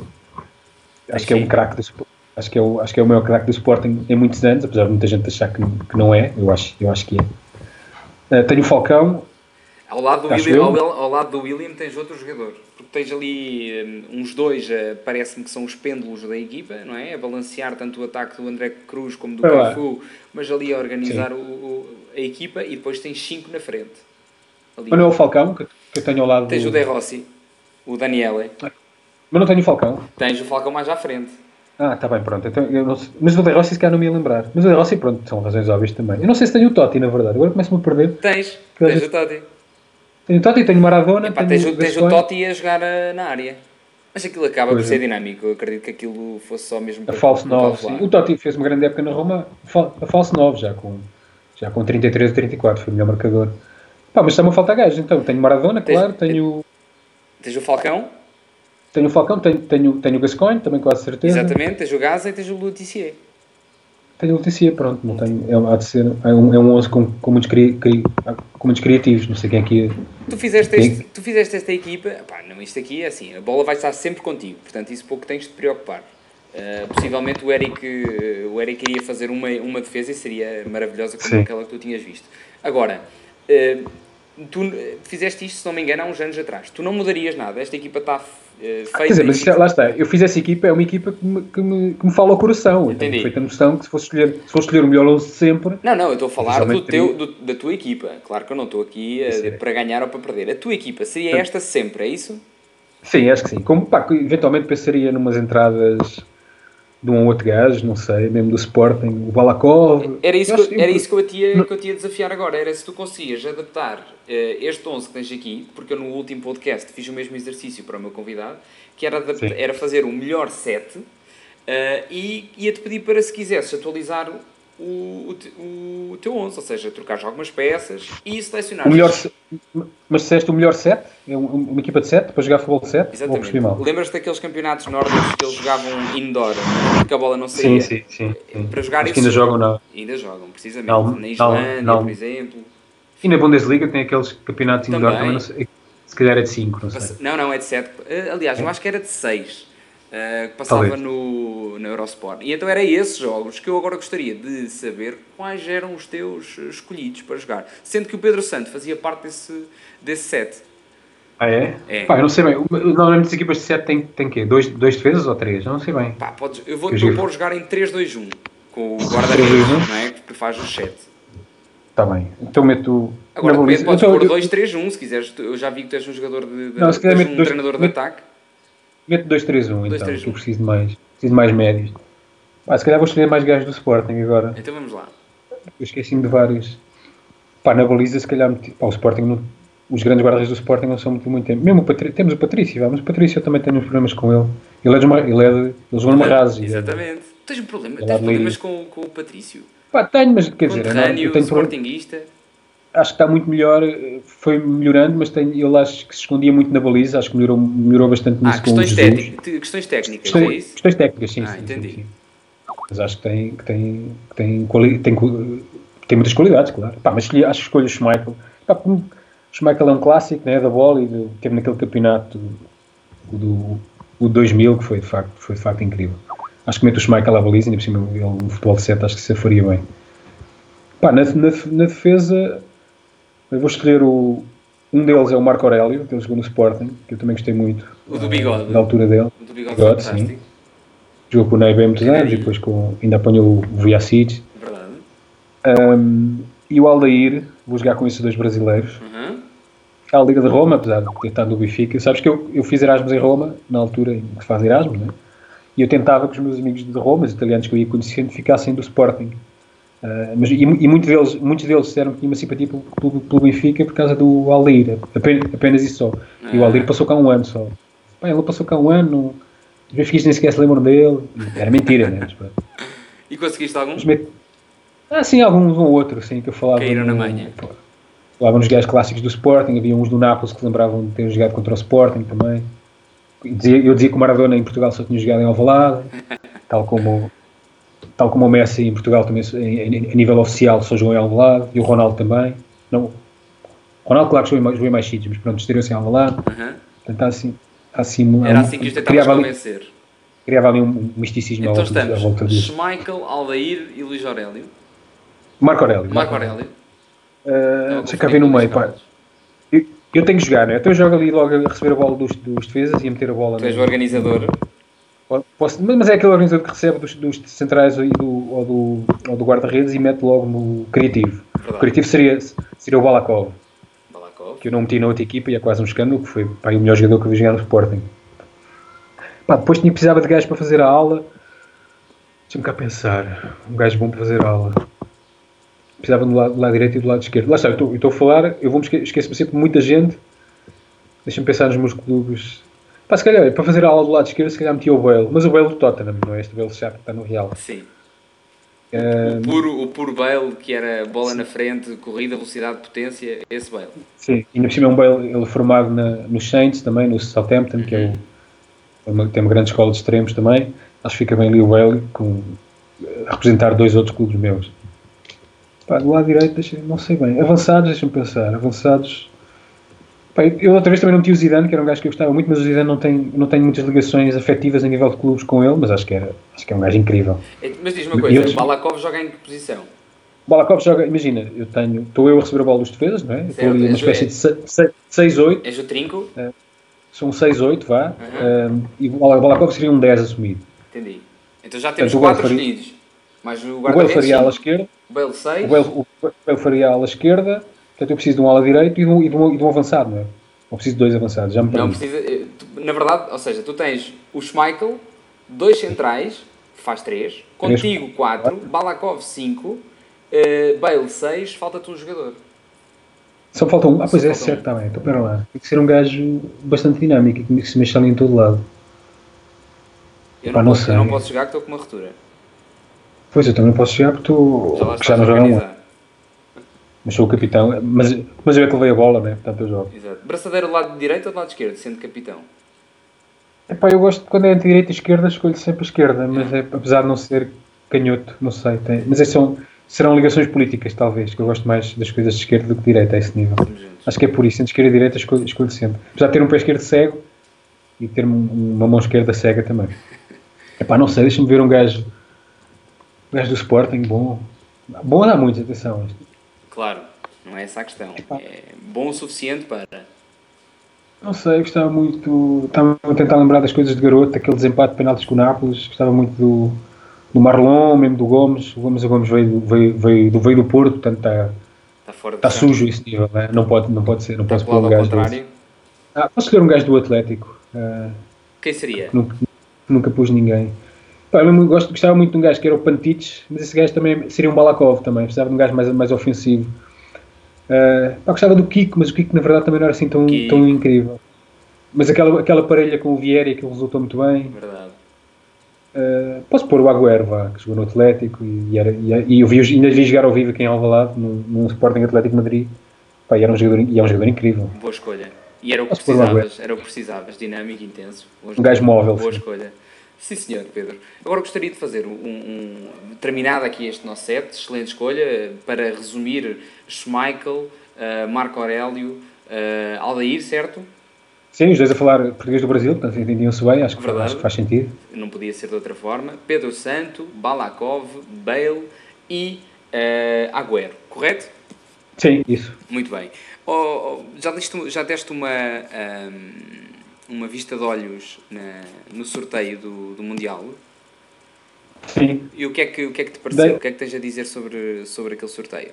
é, acho que é um craque do acho que é o acho que é o maior craque do Sporting em muitos anos, apesar de muita gente achar que, que não é. Eu acho, eu acho que é. Uh, tenho o Falcão. Ao lado, do William, ao, ao lado do William tens outro jogador, porque tens ali um, uns dois, uh, parece-me que são os pêndulos da equipa, não é? A balancear tanto o ataque do André Cruz como do ah, Cafu, mas ali a organizar o, o, a equipa, e depois tens cinco na frente. Ali. Mas não é o Falcão que, que eu tenho ao lado Tens do... o De Rossi, o Daniele. Mas não tenho o Falcão. Tens o Falcão mais à frente. Ah, está bem, pronto. Então, eu não sei. Mas o De Rossi se calhar não me ia lembrar. Mas o De Rossi, pronto, são razões óbvias também. Eu não sei se tenho o Totti, na verdade. Agora começo-me a perder. Tens, tens vezes... o Totti. Tenho o Totti, tenho o Maradona. Epá, tenho tens, o, tens o Totti a jogar na área. Mas aquilo acaba pois por é. ser dinâmico. Eu acredito que aquilo fosse só mesmo para... A falso nove, sim. O Totti fez uma grande época na Roma a falso nove, já com, já com trinta e três ou trinta e quatro. Foi o melhor marcador. Pá, mas está-me a faltar gajos. Então, tenho o Maradona, tens, claro. Tenho... Tens o Falcão. Tenho o Falcão, tenho, tenho, tenho o Gascoigne, também quase certeza. Exatamente, tens o Gaza e tens o Lutissier. Tenho o Lutissier, pronto. Não tenho, é, há de ser, é um, é um onze com, com, muitos cri, cri, com muitos criativos, não sei quem é que é. Tu fizeste, este, tu fizeste esta equipa, pá, não, isto aqui é assim, a bola vai estar sempre contigo, portanto isso pouco tens de te preocupar. Uh, possivelmente o Eric, uh, o Eric iria fazer uma, uma defesa e seria maravilhosa como Sim. aquela que tu tinhas visto. Agora, uh, tu fizeste isto, se não me engano, há uns anos atrás. Tu não mudarias nada, esta equipa está uh, feita... Quer dizer, mas lá está, eu fiz essa equipa, é uma equipa que me, que me, que me fala ao coração. Entendi. Eu tenho feita a noção que se fosse escolher, se fosse escolher o melhor onze sempre... Não, não, eu estou a falar do teu, do, da tua equipa. Claro que eu não estou aqui uh, para ganhar ou para perder. A tua equipa seria Sim. esta sempre, é isso? Sim, acho que sim. Como, pá, eventualmente pensaria numas entradas... de um ou outro gajo, não sei, mesmo do Sporting, o Balakov. Era isso, que, eu, era isso que, eu tinha, que eu tinha desafiar agora, era se tu conseguias adaptar uh, este onze que tens aqui, porque eu no último podcast fiz o mesmo exercício para o meu convidado, que era, adaptar, era fazer o melhor set uh, e ia-te pedir para, se quisesses, atualizar o, o, o, o teu onze, ou seja, trocar algumas peças e selecionar. O melhor, mas disseste o melhor set? É uma equipa de set para jogar futebol de set? Exatamente. Lembras-te daqueles campeonatos nórdicos que eles jogavam indoor, porque a bola não saía? Sim, sim, sim. Para jogar Acho isso. Que ainda jogam, não? Ainda jogam, precisamente. Não, na Islândia, não, não. por exemplo. E na Bundesliga tem aqueles campeonatos também. indoor também, não sei, se calhar é de cinco, não sei. Não, não, é de sete. Aliás, é. eu acho que era de seis. Uh, que passava no, no Eurosport. E então era esses jogos que eu agora gostaria de saber quais eram os teus escolhidos para jogar. Sendo que o Pedro Santo fazia parte desse, desse set. Ah, é? É. Pá, eu não sei bem. Normalmente as equipas de set têm, têm quê? Dois, dois defesas ou três? Eu não sei bem. Pá, podes, eu vou-te propor jogar em três dois um. Com o guarda-redes, não é? Que faz o sete. Está bem. Então meto... Agora podes então, pôr dois três um se quiseres. Eu já vi que tu és um jogador de... de não, se calhar um dois, treinador meto, de ataque. Meto dois três um então, que eu preciso de mais, preciso de mais médios. Ah, se calhar vou escolher mais gajos do Sporting agora. Então vamos lá. Eu esqueci-me de vários. Pá, na baliza se calhar... Pá, o Sporting, não, os grandes guarda-redes do Sporting não são muito, muito tempo. Mesmo o Patrício, temos o Patrício, vá, mas o Patrício eu também tenho uns problemas com ele. Ele é de uma... Ele, é de, ele jogou numa rasa. Exatamente. É, tens, um problema, tens problemas com, com o Patrício? Pá, tenho, mas quer dizer... Eu tenho Sportingista... Acho que está muito melhor, foi melhorando, mas tem, ele acho que se escondia muito na baliza, acho que melhorou, melhorou bastante nisso. Ah, questões, técnicas, questões técnicas, questões, é isso? Questões técnicas, sim, ah, sim, entendi. sim, sim. Mas acho que tem, que tem, que tem, quali, tem, tem muitas qualidades, claro. Pá, mas escolhi, acho que escolho o Schmeichel. Pá, o Schmeichel é um clássico, né, da bola, e do, teve naquele campeonato do, do dois mil, que foi de, facto, foi de facto incrível. Acho que meto o Schmeichel à baliza, ainda por cima ele no futebol de sete, acho que se faria bem. Pá, na, na, na defesa... Eu vou escolher o... Um deles é o Marco Aurélio, que ele jogou no Sporting, que eu também gostei muito. O do bigode. Uh, da altura dele. O do bigode, bigode sim. Jogou com o Ney há muitos anos e depois com, ainda apanhou o Vujacic. Verdade. Um, e o Aldair, vou jogar com esses dois brasileiros. Uhum. A Liga de Roma, apesar de ter estado no Benfica. Sabes que eu, eu fiz Erasmus em Roma, na altura em que se faz Erasmus, né? E eu tentava que os meus amigos de Roma, os italianos que eu ia conhecendo, ficassem do Sporting. Uh, mas, e e muitos, deles, muitos deles disseram que tinham uma simpatia pelo, pelo, pelo Benfica por causa do Aldair, apenas, apenas isso só. Ah. E o Aldair passou cá um ano só. Pá, ele passou cá um ano, os benfiquistas nem sequer se lembram dele. Era mentira, né? Mas, e conseguiste algum? Mas, ah, sim, alguns um ou outro, sim, que eu falava. Caíram no, na manhã. Falava nos gajos clássicos do Sporting, havia uns do Nápoles que lembravam de ter jogado contra o Sporting também. Eu dizia, eu dizia que o Maradona em Portugal só tinha jogado em Alvalade, tal como... Tal como o Messi em Portugal também, a nível oficial, só jogou em Alvalade, e o Ronaldo também. Não, o Ronaldo, claro que jogou em, jogou em mais sítios, mas pronto, estreou-se em Alvalade. Uhum. Portanto, está assim, está assim... Era um, assim que os tentavas convencer. Ali, criava ali um misticismo então à volta, estamos, à volta disso. Schmeichel, Aldair e Luís Aurélio. Marco Aurélio. Marco Aurélio. Uh, deixa cá ver no meio, pá. Eu, eu tenho que jogar, né? Então eu jogo ali logo a receber a bola dos, dos defesas e a meter a bola... Tu és o organizador. Posso, mas é aquele organizador que recebe dos, dos centrais e do, ou do, ou do guarda-redes e mete logo no criativo. Verdade. O criativo seria, seria o Balakov, Balakov, que eu não meti na outra equipa e é quase um escândalo, que foi pá, o melhor jogador que eu vi jogar no Sporting. Pá, depois tinha, precisava de gajo para fazer a aula. Deixa-me cá pensar. Um gajo bom para fazer a aula. Precisava do lado, do lado direito e do lado esquerdo. Lá está, eu estou a falar, eu vou-me esque- esquecer-me sempre de muita gente. Deixa-me pensar nos meus clubes. Pá, se calhar, para fazer a aula do lado esquerdo, se calhar metia o Bale. Mas o Bale do Tottenham, não é este Bale chato que está no Real. Sim. Um, o, puro, o puro Bale, que era bola sim. na frente, corrida, velocidade, potência, esse Bale. Sim, e ainda por cima é um Bale, ele formado na, nos Saints também, no Southampton, uhum. que é, o, é uma, tem uma grande escola de extremos também. Acho que fica bem ali o Bale, com, a representar dois outros clubes meus. Pá, do lado direito, deixa, não sei bem. Avançados, deixa-me pensar. Avançados... Eu outra vez também não meti o Zidane, que era um gajo que eu gostava muito, mas o Zidane não tem, não tem muitas ligações afetivas a nível de clubes com ele, mas acho que, era, acho que é um gajo incrível. Mas diz-me uma coisa, o Balakov joga em que posição? O Balakov joga, imagina, eu tenho, estou eu a receber a bola dos defesas, não é? Certo, estou ali uma espécie é. de seis oito. És o trinco? É, sou um seis oito, vá, uhum. um, e o Balakov seria um dez assumido. Entendi. Então já temos quatro escolhidos. Mas o Bale faria a ala esquerda. O Bale seis. O Bale faria a ala esquerda, portanto eu preciso de um ala direito e de um, e de um, e de um avançado, não é? Ou preciso de dois avançados, já me pergunto. Não precisa, na verdade, ou seja, tu tens o Schmeichel, dois centrais, faz três. Contigo quatro. Balakov cinco. Uh, Bale seis. Falta-te um jogador. Só falta um. Ah, pois é, certo, está bem. Então, pera lá. Tem que ser um gajo bastante dinâmico e que se mexa ali em todo lado. Eu não, Pá, não, posso, sei. Eu não posso jogar que estou com uma ruptura. Pois, eu também não posso jogar porque tu já, já não joga um. Mas sou o capitão. Mas, mas eu é que levei a bola, né? Portanto, eu jogo. Exato. Braçadeiro do lado direito ou do lado esquerdo, sendo capitão? Epá, eu gosto, quando é entre direita e esquerda, escolho sempre a esquerda. Mas é, apesar de não ser canhoto, não sei. Tem, mas esses são, serão ligações políticas, talvez. Que eu gosto mais das coisas de esquerda do que de direita a esse nível. Acho que é por isso. Entre esquerda e direita, escolho, escolho sempre. Apesar de ter um pé esquerdo cego e ter uma mão esquerda cega também. Epá, não sei, deixa-me ver um gajo. Um gajo do Sporting, bom. Bom dá muito, atenção. Claro, não é essa a questão. É bom o suficiente para. Não sei, gostava muito. Estava a tentar lembrar das coisas de garoto, aquele desempate de penaltis com o Nápoles. Gostava muito do, do Marlon, mesmo do Gomes. O Gomes, o Gomes veio, veio, veio, do, veio do Porto, portanto está, está, fora está sujo esse nível, né? Não pode, não pode ser. Não está posso pôr um gajo contrário. Ah, posso escolher um gajo do Atlético. Uh, Quem seria? Nunca, nunca pus ninguém. Pá, eu gosto, gostava muito de um gajo que era o Pantites, mas esse gajo também seria um Balakov também. Precisava de um gajo mais, mais ofensivo. Uh, pá, gostava do Kiko, mas o Kiko na verdade também não era assim tão, tão incrível. Mas aquela, aquela parelha com o Vieira que resultou muito bem. Verdade. Uh, posso pôr o Agüero, vá, que jogou no Atlético e, e, era, e, e eu vi, ainda vi jogar ao vivo aqui em Alvalade, num, num Sporting Atlético de Madrid. Pá, e era um jogador, e é um jogador incrível. Boa escolha. E era o que precisavas, era o que precisavas, dinâmico, intenso. Um gajo móvel. Boa sim. escolha. Sim, senhor, Pedro. Agora gostaria de fazer um, um... Terminado aqui este nosso set, excelente escolha, para resumir Schmeichel, uh, Marco Aurélio, uh, Aldair, certo? Sim, os dois a falar português do Brasil, portanto entendiam-se bem, acho que, faz, acho que faz sentido. Não podia ser de outra forma. Pedro Santo, Balakov, Bale e uh, Agüero, correto? Sim, isso. Muito bem. Oh, já, deste, já deste uma... Um, uma vista de olhos na, no sorteio do, do Mundial. Sim. E o que é que, o que, é que te pareceu? De... O que é que tens a dizer sobre, sobre aquele sorteio?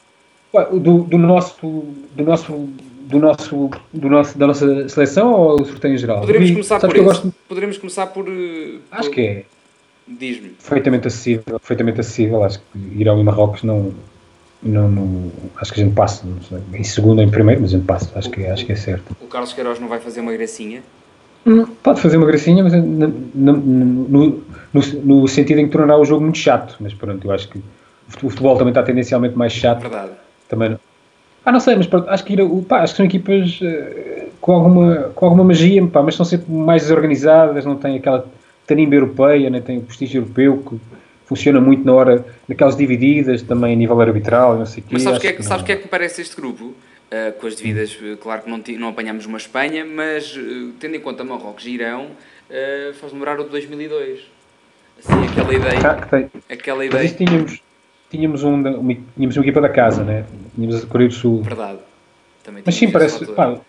Do, do, nosso, do, nosso, do, nosso, do nosso da nossa seleção ou o sorteio em geral? Poderemos começar por isso. Gosto... Poderemos começar por... Acho por... que é. Diz-me. Perfeitamente acessível. Perfeitamente acessível. Acho que ir ao Marrocos não... Não, não, acho que a gente passa, não sei, em segundo ou em primeiro, mas a gente passa, acho, o, que, acho que é certo. O Carlos Queiroz não vai fazer uma gracinha? Hum, pode fazer uma gracinha, mas no, no, no, no sentido em que tornará o jogo muito chato, mas pronto, eu acho que o futebol também está tendencialmente mais chato. Verdade. Também não. Ah, não sei, mas pronto, acho que, ir a, pá, acho que são equipas uh, com, alguma, com alguma magia, pá, mas são sempre mais desorganizadas, não têm aquela tarimba europeia, nem têm o prestígio europeu que funciona muito na hora daquelas divididas, também a nível arbitral, não sei o quê. Mas sabes o que, é que, sabes que é que me parece este grupo? Uh, com as devidas, claro que não, não apanhamos uma Espanha, mas uh, tendo em conta Marrocos e Irão, uh, faz lembrar o de dois mil e dois. Assim, aquela ideia. Ah, que tem. Aquela ideia. Mas isso tínhamos, tínhamos, um, uma, tínhamos uma equipa da casa, né? Tínhamos a Coreia do Sul. Verdade. Também mas sim, parece. Pá,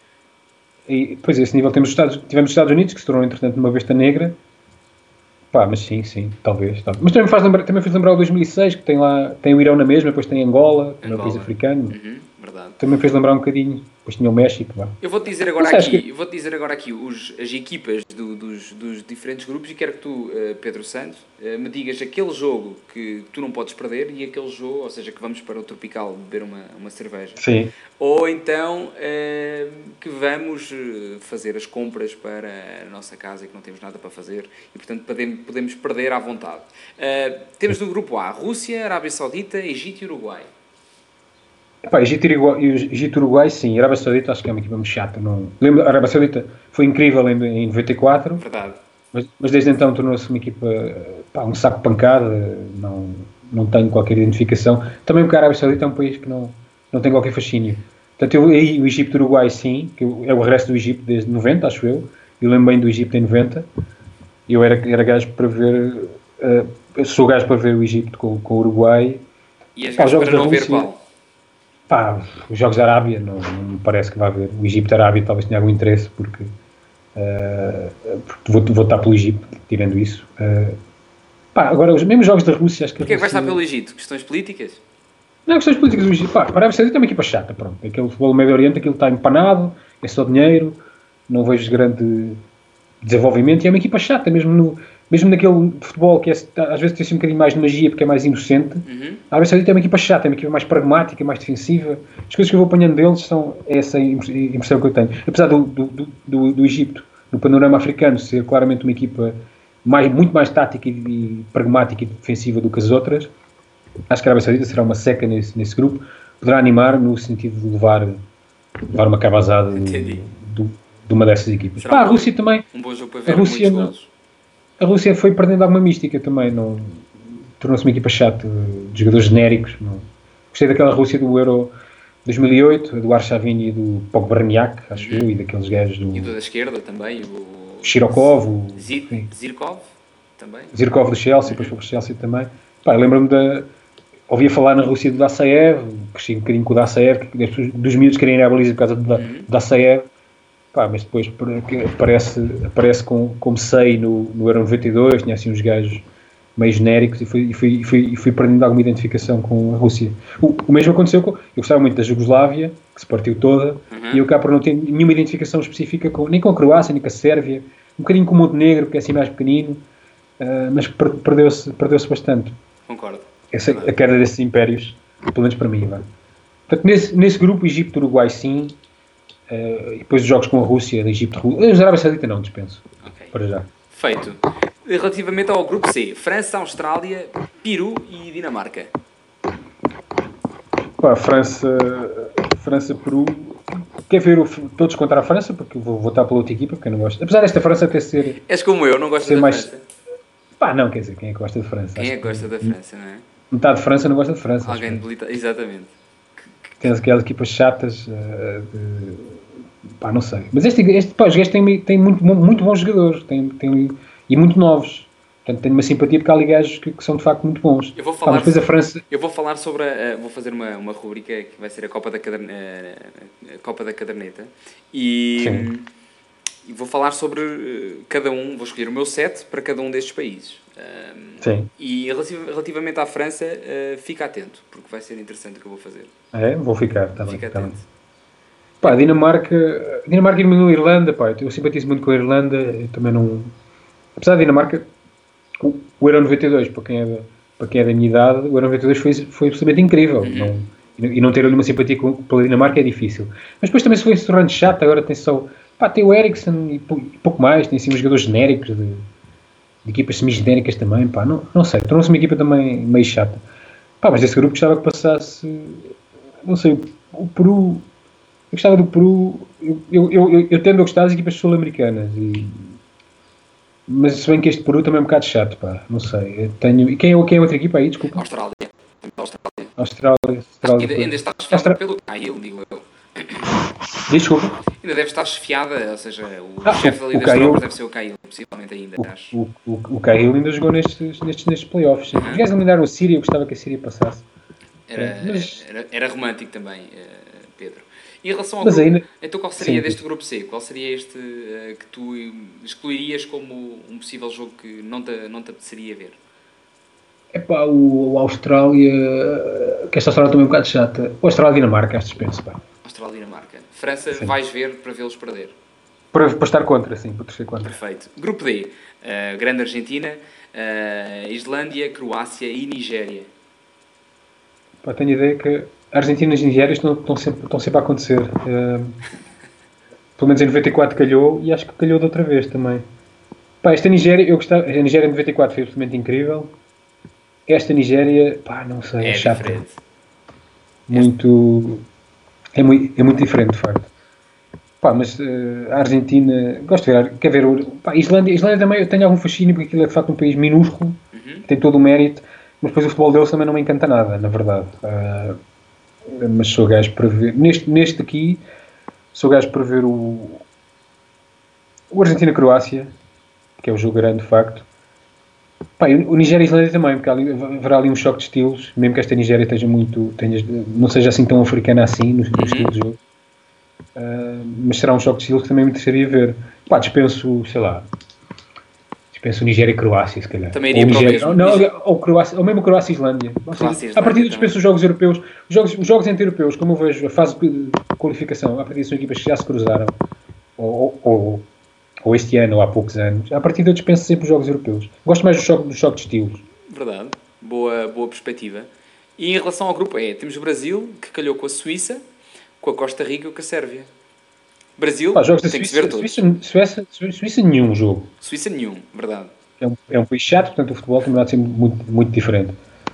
e, pois é, esse nível temos os Estados, tivemos os Estados Unidos, que se tornou entretanto uma besta negra. Pá, mas sim, sim, talvez, talvez. Mas também me faz lembrar, também fez lembrar o dois mil e seis, que tem lá, tem o Irão na mesma, depois tem Angola, também é um país africano. Uhum, verdade. Também fez lembrar um bocadinho, depois tinha o México, lá. Eu vou-te dizer agora aqui, que... vou-te dizer agora aqui os, as equipas do, dos, dos diferentes grupos e quero que tu, uh, Pedro Santos, uh, me digas aquele jogo que tu não podes perder e aquele jogo, ou seja, que vamos para o Tropical beber uma, uma cerveja. Sim. Ou então uh, que vamos fazer as compras para a nossa casa e que não temos nada para fazer e, portanto, podemos, podemos perder à vontade. Uh, temos no grupo A, Rússia, Arábia Saudita, Egito e Uruguai. Epá, Egito e Uruguai, sim. A Arábia Saudita acho que é uma equipa muito chata. Não... Lembro, a Arábia Saudita foi incrível em, em noventa e quatro. Verdade. Mas, mas desde então tornou-se uma equipa, pá, um saco de pancada. Não, não tenho qualquer identificação. Também porque a Arábia Saudita é um país que não, não tem qualquer fascínio. Portanto, eu, aí, o Egito e o Uruguai, sim. Que é o regresso do Egito desde noventa, acho eu. Eu lembro bem do Egito em noventa. Eu era, era gajo para ver... Uh, sou gajo para ver o Egito com, com o Uruguai. E as gajo para não ver qual? Pá, os jogos da Arábia não, não me parece que vai haver. O Egito e a Arábia talvez tenha algum interesse, porque, uh, porque vou, vou estar pelo Egito, tirando isso. Uh, pá, agora, os mesmos jogos da Rússia, acho que... Porquê é que vai estar pelo Egito? Questões políticas? Não, questões políticas do Egito. Pá, a Arábia Saudita é uma equipa chata, pronto. Aquele futebol do Médio Oriente, aquilo está empanado, é só dinheiro, não vejo grande desenvolvimento, e é uma equipa chata, mesmo no, mesmo naquele futebol que é, às vezes tem assim um bocadinho mais de magia porque é mais inocente, uhum. A Arábia Saudita é uma equipa chata, é uma equipa mais pragmática, mais defensiva. As coisas que eu vou apanhando deles são essa impressão que eu tenho. Apesar do, do, do, do Egito, no panorama africano, ser claramente uma equipa mais, muito mais tática e, e pragmática e defensiva do que as outras, acho que a Arábia Saudita será uma seca nesse, nesse grupo. Poderá animar no sentido de levar, levar uma cabazada de, de, de uma dessas equipas. Pá, a Rússia também. Um bom jogo para ver a Rússia, muitos golos. A Rússia foi perdendo alguma mística também. Não, tornou-se uma equipa chata de jogadores genéricos. Não. Gostei daquela Rússia do Euro dois mil e oito, do Arshavin e do Pogbarniak, acho uhum. eu, e daqueles gajos do... E do da esquerda também, o... Shirokov, o... Zir... Zirkov também. Zirkov do Chelsea, depois foi para o Chelsea também. Pá, lembro-me da... Ouvia falar na Rússia do Dassaev, cresci um bocadinho com o Dassaev, que dos miúdos querem ir à baliza por causa do uhum. Dassaev. Pá, mas depois aparece, aparece com, como sei no, no Euro noventa e dois, tinha assim uns gajos meio genéricos e fui, e fui, e fui, e fui perdendo alguma identificação com a Rússia. O, o mesmo aconteceu com... Eu gostava muito da Jugoslávia, que se partiu toda, uhum. e eu cá por não ter nenhuma identificação específica com, nem com a Croácia, nem com a Sérvia, um bocadinho com o Montenegro, que é assim mais pequenino, uh, mas per, perdeu-se, perdeu-se bastante. Concordo. Essa, a queda desses impérios, pelo menos para mim. Vai. Portanto, nesse, nesse grupo, Egito, Uruguai, sim. Uh, e depois os jogos com a Rússia, Egito, Rússia. Os Arábia Saudita não, dispenso. Okay. Para já. Feito. Relativamente ao grupo C, França, Austrália, Peru e Dinamarca. Pá, França, França, Peru. Quer ver o, todos contra a França? Porque eu vou votar pela outra equipa, porque eu não gosto. Apesar desta França até ser... És como eu, não gosto da mais... França. Pá, não, quer dizer, quem é que gosta de França? Quem é que gosta da França, não é? Metade de França não gosta de França. Alguém debilita... Exatamente. Tem aquelas equipas chatas uh, de... Pá, não sei. Mas este, este, pá, os gajos têm, têm muito, muito bons jogadores. Têm, têm, e muito novos. Portanto, tenho uma simpatia porque há ali gajos que, que são de facto muito bons. Eu vou falar, pá, mas depois a França... eu vou falar sobre a, vou fazer uma, uma rubrica que vai ser a Copa da, Caderne, a Copa da Caderneta e, e vou falar sobre cada um, vou escolher o meu set para cada um destes países. Um, Sim. E relativamente à França, uh, fica atento, porque vai ser interessante o que eu vou fazer. É, vou ficar, tá bem. Fica tá atento. Bem. Pá, Dinamarca, Dinamarca eliminou a Irlanda, pá, eu simpatizo muito com a Irlanda, eu também não... Apesar da Dinamarca, o, o Euro noventa e dois, para quem, é da, para quem é da minha idade, o Euro noventa e dois foi, foi absolutamente incrível, uhum. não, e não ter ali uma simpatia com, pela Dinamarca é difícil. Mas depois também se foi se tornando chato, agora tem só... Pá, tem o Eriksen e pouco mais, tem assim uns jogadores genéricos, de, de equipas semi-genéricas também, pá, não, não sei, tornou-se uma equipa também meio chata. Pá, mas desse grupo gostava que passasse, não sei, o Peru... Eu gostava do Peru, eu, eu, eu, eu tendo a gostar das equipas sul-americanas, e, mas se bem que este Peru também é um bocado chato, pá, não sei. Eu tenho, e quem é, quem é outra equipa aí, desculpa? Austrália. Austrália. Austrália. Austrália ainda, ainda está chefiada Austra... pelo Cahill, digo eu. Desculpa? Ainda deve estar chefiada, ou seja, o ah, chefe ali das tropas deve ser o Cahill, possivelmente ainda, o, acho. O, o, o Cahill ainda jogou nestes, nestes, nestes playoffs. Uhum. Os gajos eliminaram a Síria, eu gostava que a Síria passasse. Era, mas... era, era romântico também, Pedro. E em relação ao mas grupo, ainda... então qual seria Sim. deste grupo C? Qual seria este uh, que tu excluirias como um possível jogo que não te, não te apeteceria ver? Epá, o, o Austrália, que esta Austrália também é um bocado chata. O Austrália-Dinamarca, acho dispenso, pá. Austrália-Dinamarca. França, sim. Vais ver para vê-los perder? Para, para estar contra, sim, para torcer contra. Perfeito. Grupo D, uh, Grande Argentina, uh, Islândia, Croácia e Nigéria. Pá, tenho a ideia que a Argentina e a Nigéria estão, estão, sempre, estão sempre a acontecer. Uh, pelo menos em noventa e quatro calhou e acho que calhou de outra vez também. Pá, esta Nigéria, eu gostava, a Nigéria em noventa e quatro foi absolutamente incrível. Esta Nigéria, pá, não sei, é, é chata. Diferente. Muito, é muito, é muito diferente, de facto. Pá, mas uh, a Argentina, gosto de ver, quer ver, pá, a Islândia, a Islândia também eu tenho algum fascínio porque aquilo é de facto um país minúsculo, uhum. Tem todo o mérito, mas depois o futebol deles também não me encanta nada, na verdade. Uh, mas sou gajo para ver, neste, neste aqui, sou gajo para ver o, o Argentina-Croácia, que é o jogo grande, de facto. Pá, o Nigéria e a Islândia também, porque ali, haverá ali um choque de estilos, mesmo que esta Nigéria esteja muito, tenha, não seja assim tão africana assim, no, no uhum. estilo de jogo. Uh, mas será um choque de estilos que também me interessaria ver. Pá, dispenso, sei lá, dispenso Nigéria e Croácia, se calhar. Também iria ou para Nigéria, o mesmo. Ou, não, ou, Croácia, ou mesmo Croácia e Islândia. Croácia, a partir de dispenso os jogos europeus, os jogos, os jogos entre-europeus, como eu vejo a fase de qualificação, a partir de são equipas que já se cruzaram, ou, ou, ou este ano, ou há poucos anos, a partir daí eu dispenso sempre os jogos europeus. Gosto mais do choque, do choque de estilos. Verdade. Boa, boa perspectiva. E em relação ao grupo E, temos o Brasil, que calhou com a Suíça, com a Costa Rica e com a Sérvia. Brasil, Pá, jogos da tem Suíça, que se ver todos. Suíça, Suíça, Suíça, nenhum jogo. Suíça nenhum, verdade. É um, é um país chato, portanto o futebol tem de ser muito, muito diferente.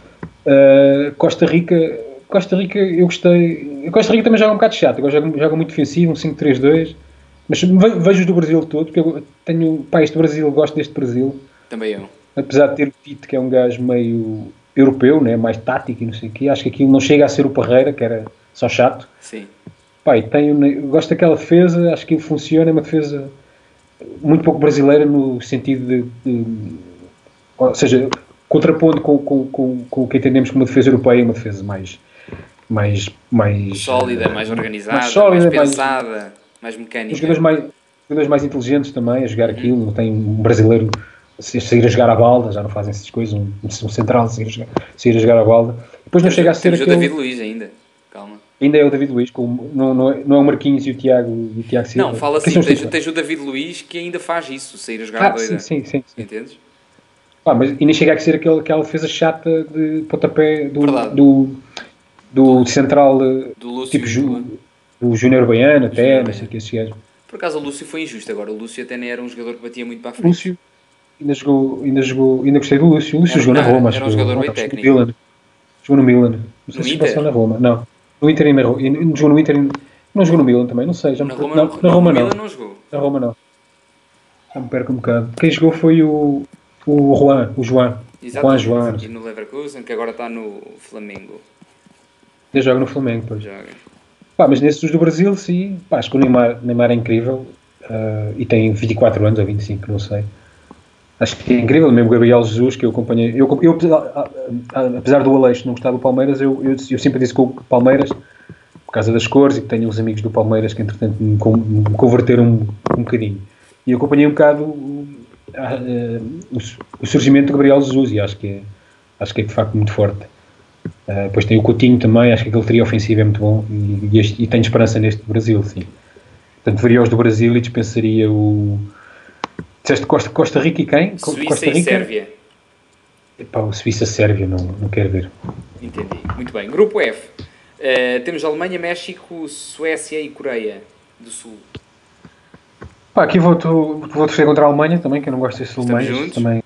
Uh, Costa Rica, Costa Rica eu gostei. Costa Rica também joga um bocado chato, agora joga, joga muito defensivo, um cinco três dois. Mas vejo os do Brasil todo, porque eu tenho. Pá, este Brasil, gosto deste Brasil. Também eu. Apesar de ter o Tite, que é um gajo meio europeu, né, mais tático e não sei o quê, acho que aquilo não chega a ser o Parreira, que era só chato. Sim. Pá, e tenho, gosto daquela defesa, acho que funciona, é uma defesa muito pouco brasileira no sentido de, de ou seja, contrapondo com, com, com, com o que entendemos como uma defesa europeia, uma defesa mais mais, mais sólida, mais organizada, mais, sólida, mais pensada, mais, mais mecânica. Os jogadores mais, jogadores mais inteligentes também a jogar uhum. aquilo, não tem um brasileiro a sair a jogar a balda, já não fazem essas coisas, um, um central a sair a jogar, sair a, jogar a balda. Depois não chega a ser aquele... o David Luiz ainda, calma. Ainda é o David Luiz, com, não, não, é, não é o Marquinhos e o Tiago, e o Tiago Silva. Não, fala assim, tens, tens o David Luiz que ainda faz isso, sair a jogar ah, a doida. Sim, sim, sim. Entendes? Ah, mas e nem chega a ser aquele, aquela defesa chata de pontapé do, do, do, do central do Lúcio, tipo Ju, do Júnior Baiano até, não sei o que esse gajo. Por acaso o Lúcio foi injusto agora, o Lúcio até nem era um jogador que batia muito para a frente. Lúcio, ainda jogou, ainda jogou, ainda gostei do Lúcio. O Lúcio era, jogou na Roma, era um jogador bem técnico. Milan. Jogou no Milan. Não sei no se Inter? passou na Roma, não. No Inter e na Roma. Jogou no Inter e não jogou no Milan também, não sei. Já na me... Roma, não, não, na Roma não. não jogou. Na Roma não. Já me perco um bocado. Quem jogou foi o, o Juan, o João. Juan João. E no Leverkusen, que agora está no Flamengo. Ele joga no Flamengo, pois. Joga. Pá, mas nesses do Brasil, sim. Pá, acho que o Neymar, Neymar é incrível. Uh, e tem vinte e quatro anos ou vinte e cinco, não sei. Acho que é incrível. Mesmo o Gabriel Jesus, que eu acompanhei. Eu, eu, apesar do Aleixo não gostar do Palmeiras, eu, eu, eu sempre disse com o Palmeiras, por causa das cores, e que tenho uns amigos do Palmeiras que, entretanto, me, me converteram um, um bocadinho. E eu acompanhei um bocado o, a, o, o surgimento do Gabriel Jesus, e acho que é, acho que é de facto muito forte. Uh, depois tem o Coutinho também, acho que aquele trio ofensivo é muito bom, e, e, este, e tenho esperança neste Brasil, sim. Portanto, veria os do Brasil e dispensaria o... Disseste Costa, Costa Rica e quem? Suíça Costa Rica? E Sérvia. Epá, o Suíça-Sérvia não, não quero ver. Entendi. Muito bem. Grupo F. Uh, temos Alemanha, México, Suécia e Coreia do Sul. Pá, aqui vou, vou torcer contra a Alemanha também, que eu não gosto desses alemães. Também.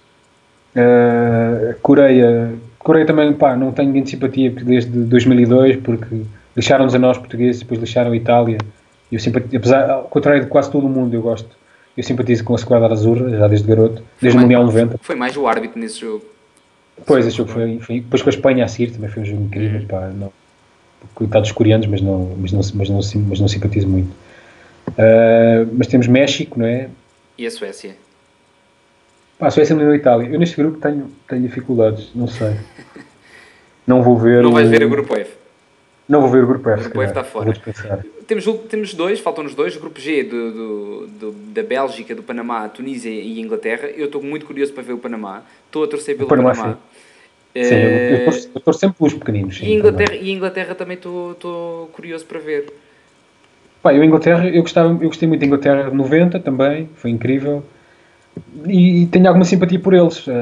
Uh, Coreia... Coreia também, pá, não tenho grande simpatia desde dois mil e dois, porque lixaram-nos a nós portugueses, depois lixaram a Itália. Eu simpatizo, apesar, ao contrário de quase todo o mundo, eu gosto, eu simpatizo com a Squadra Azzurra, já desde garoto, desde o Mundial noventa. Foi mais o árbitro nesse jogo. Pois, esse jogo foi, foi, depois com a Espanha a seguir, também foi um jogo incrível, pá, não, coitados coreanos, mas não, mas não, mas não, mas não simpatizo muito. Uh, mas temos México, não é? E a Suécia? Pá, a Suécia e a Itália. Eu neste grupo tenho, tenho dificuldades, não sei. Não vou ver Não o... vais ver o grupo F? Não vou ver o grupo F. O grupo F está fora. Temos, temos dois, faltam-nos dois. O grupo G do, do, do, da Bélgica, do Panamá, Tunísia e Inglaterra. Eu estou muito curioso para ver o Panamá. Estou a torcer pelo o Panamá. Panamá. Sim, sim uh, eu estou sempre pelos pequeninos. Sim, e, Inglaterra, e Inglaterra também estou, estou curioso para ver. Pá, eu, Inglaterra, eu, gostava, eu gostei muito da Inglaterra de noventa também, foi incrível. E, e tenho alguma simpatia por eles. Uh,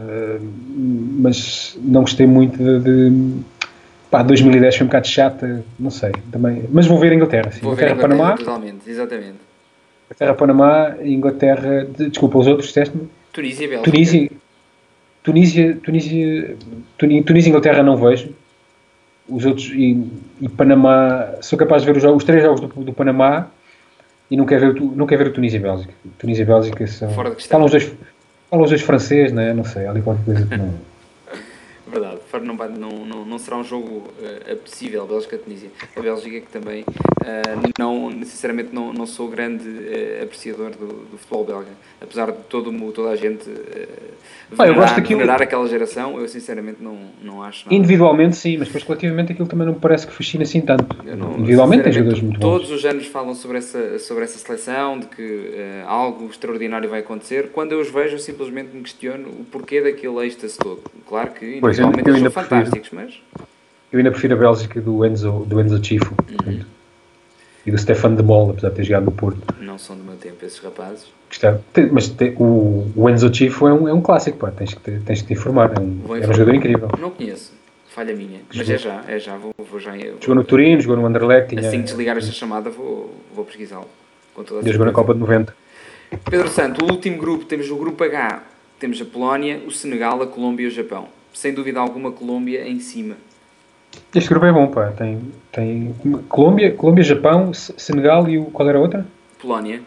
mas não gostei muito de... de Pá, dois mil e dez foi um bocado chata, não sei, também. Mas vou ver a Inglaterra, sim. Vou Inglaterra, ver a Inglaterra, Panamá. totalmente, exatamente. Inglaterra, Panamá, Inglaterra, de, desculpa, os outros, disseste-me? Tunísia e Bélgica. Tunísia, Tunísia, Tunísia, Tunísia, Tunísia e Inglaterra não vejo. Os outros, e, e Panamá, sou capaz de ver os, jogos, os três jogos do, do Panamá e não quero ver, não quero ver o Tunísia e Bélgica. Tunísia e Bélgica são... Fora de questão. Falam os dois, falam os dois francês, não é? Não sei, ali qualquer coisa que não... Verdade, não, não, não, não será um jogo uh, apetecível, Bélgica-Tunísia. A Bélgica que também, uh, não, sinceramente, não, não sou grande uh, apreciador do, do futebol belga. Apesar de todo, toda a gente uh, venerar, eu gosto daquilo... venerar aquela geração, eu sinceramente não, não acho nada. Individualmente sim, mas depois coletivamente aquilo também não me parece que fascina assim tanto. Não, individualmente tem jogadores muito bons. Todos os anos falam sobre essa, sobre essa seleção, de que uh, algo extraordinário vai acontecer. Quando eu os vejo, eu simplesmente me questiono o porquê daquele êxtase todo. Claro que pois, eu, eu são fantásticos, mas... Eu ainda prefiro a Bélgica do Enzo, do Enzo Chifo. Uhum. e do Stefano de Boll, apesar de ter jogado no Porto. Não são do meu tempo esses rapazes. Gostava. Mas te, o, o Enzo Chifo é um, é um clássico, pá. Tens que te, tens que te informar. É um, é um jogador incrível. Não conheço. Falha minha. Mas jogou. é já, é já. Vou, vou já vou, jogou no Turino, jogou no Anderlecht. Tinha, assim que desligar esta chamada, vou, vou pesquisá-lo. Já jogou na Copa de noventa. Pedro Santo, o último grupo, temos o grupo H. Temos a Polónia, o Senegal, a Colômbia e o Japão. Sem dúvida alguma, Colômbia em cima. Este grupo é bom, pá. Tem, tem Colômbia, Colômbia, Japão, Senegal e o, qual era a outra? Polónia.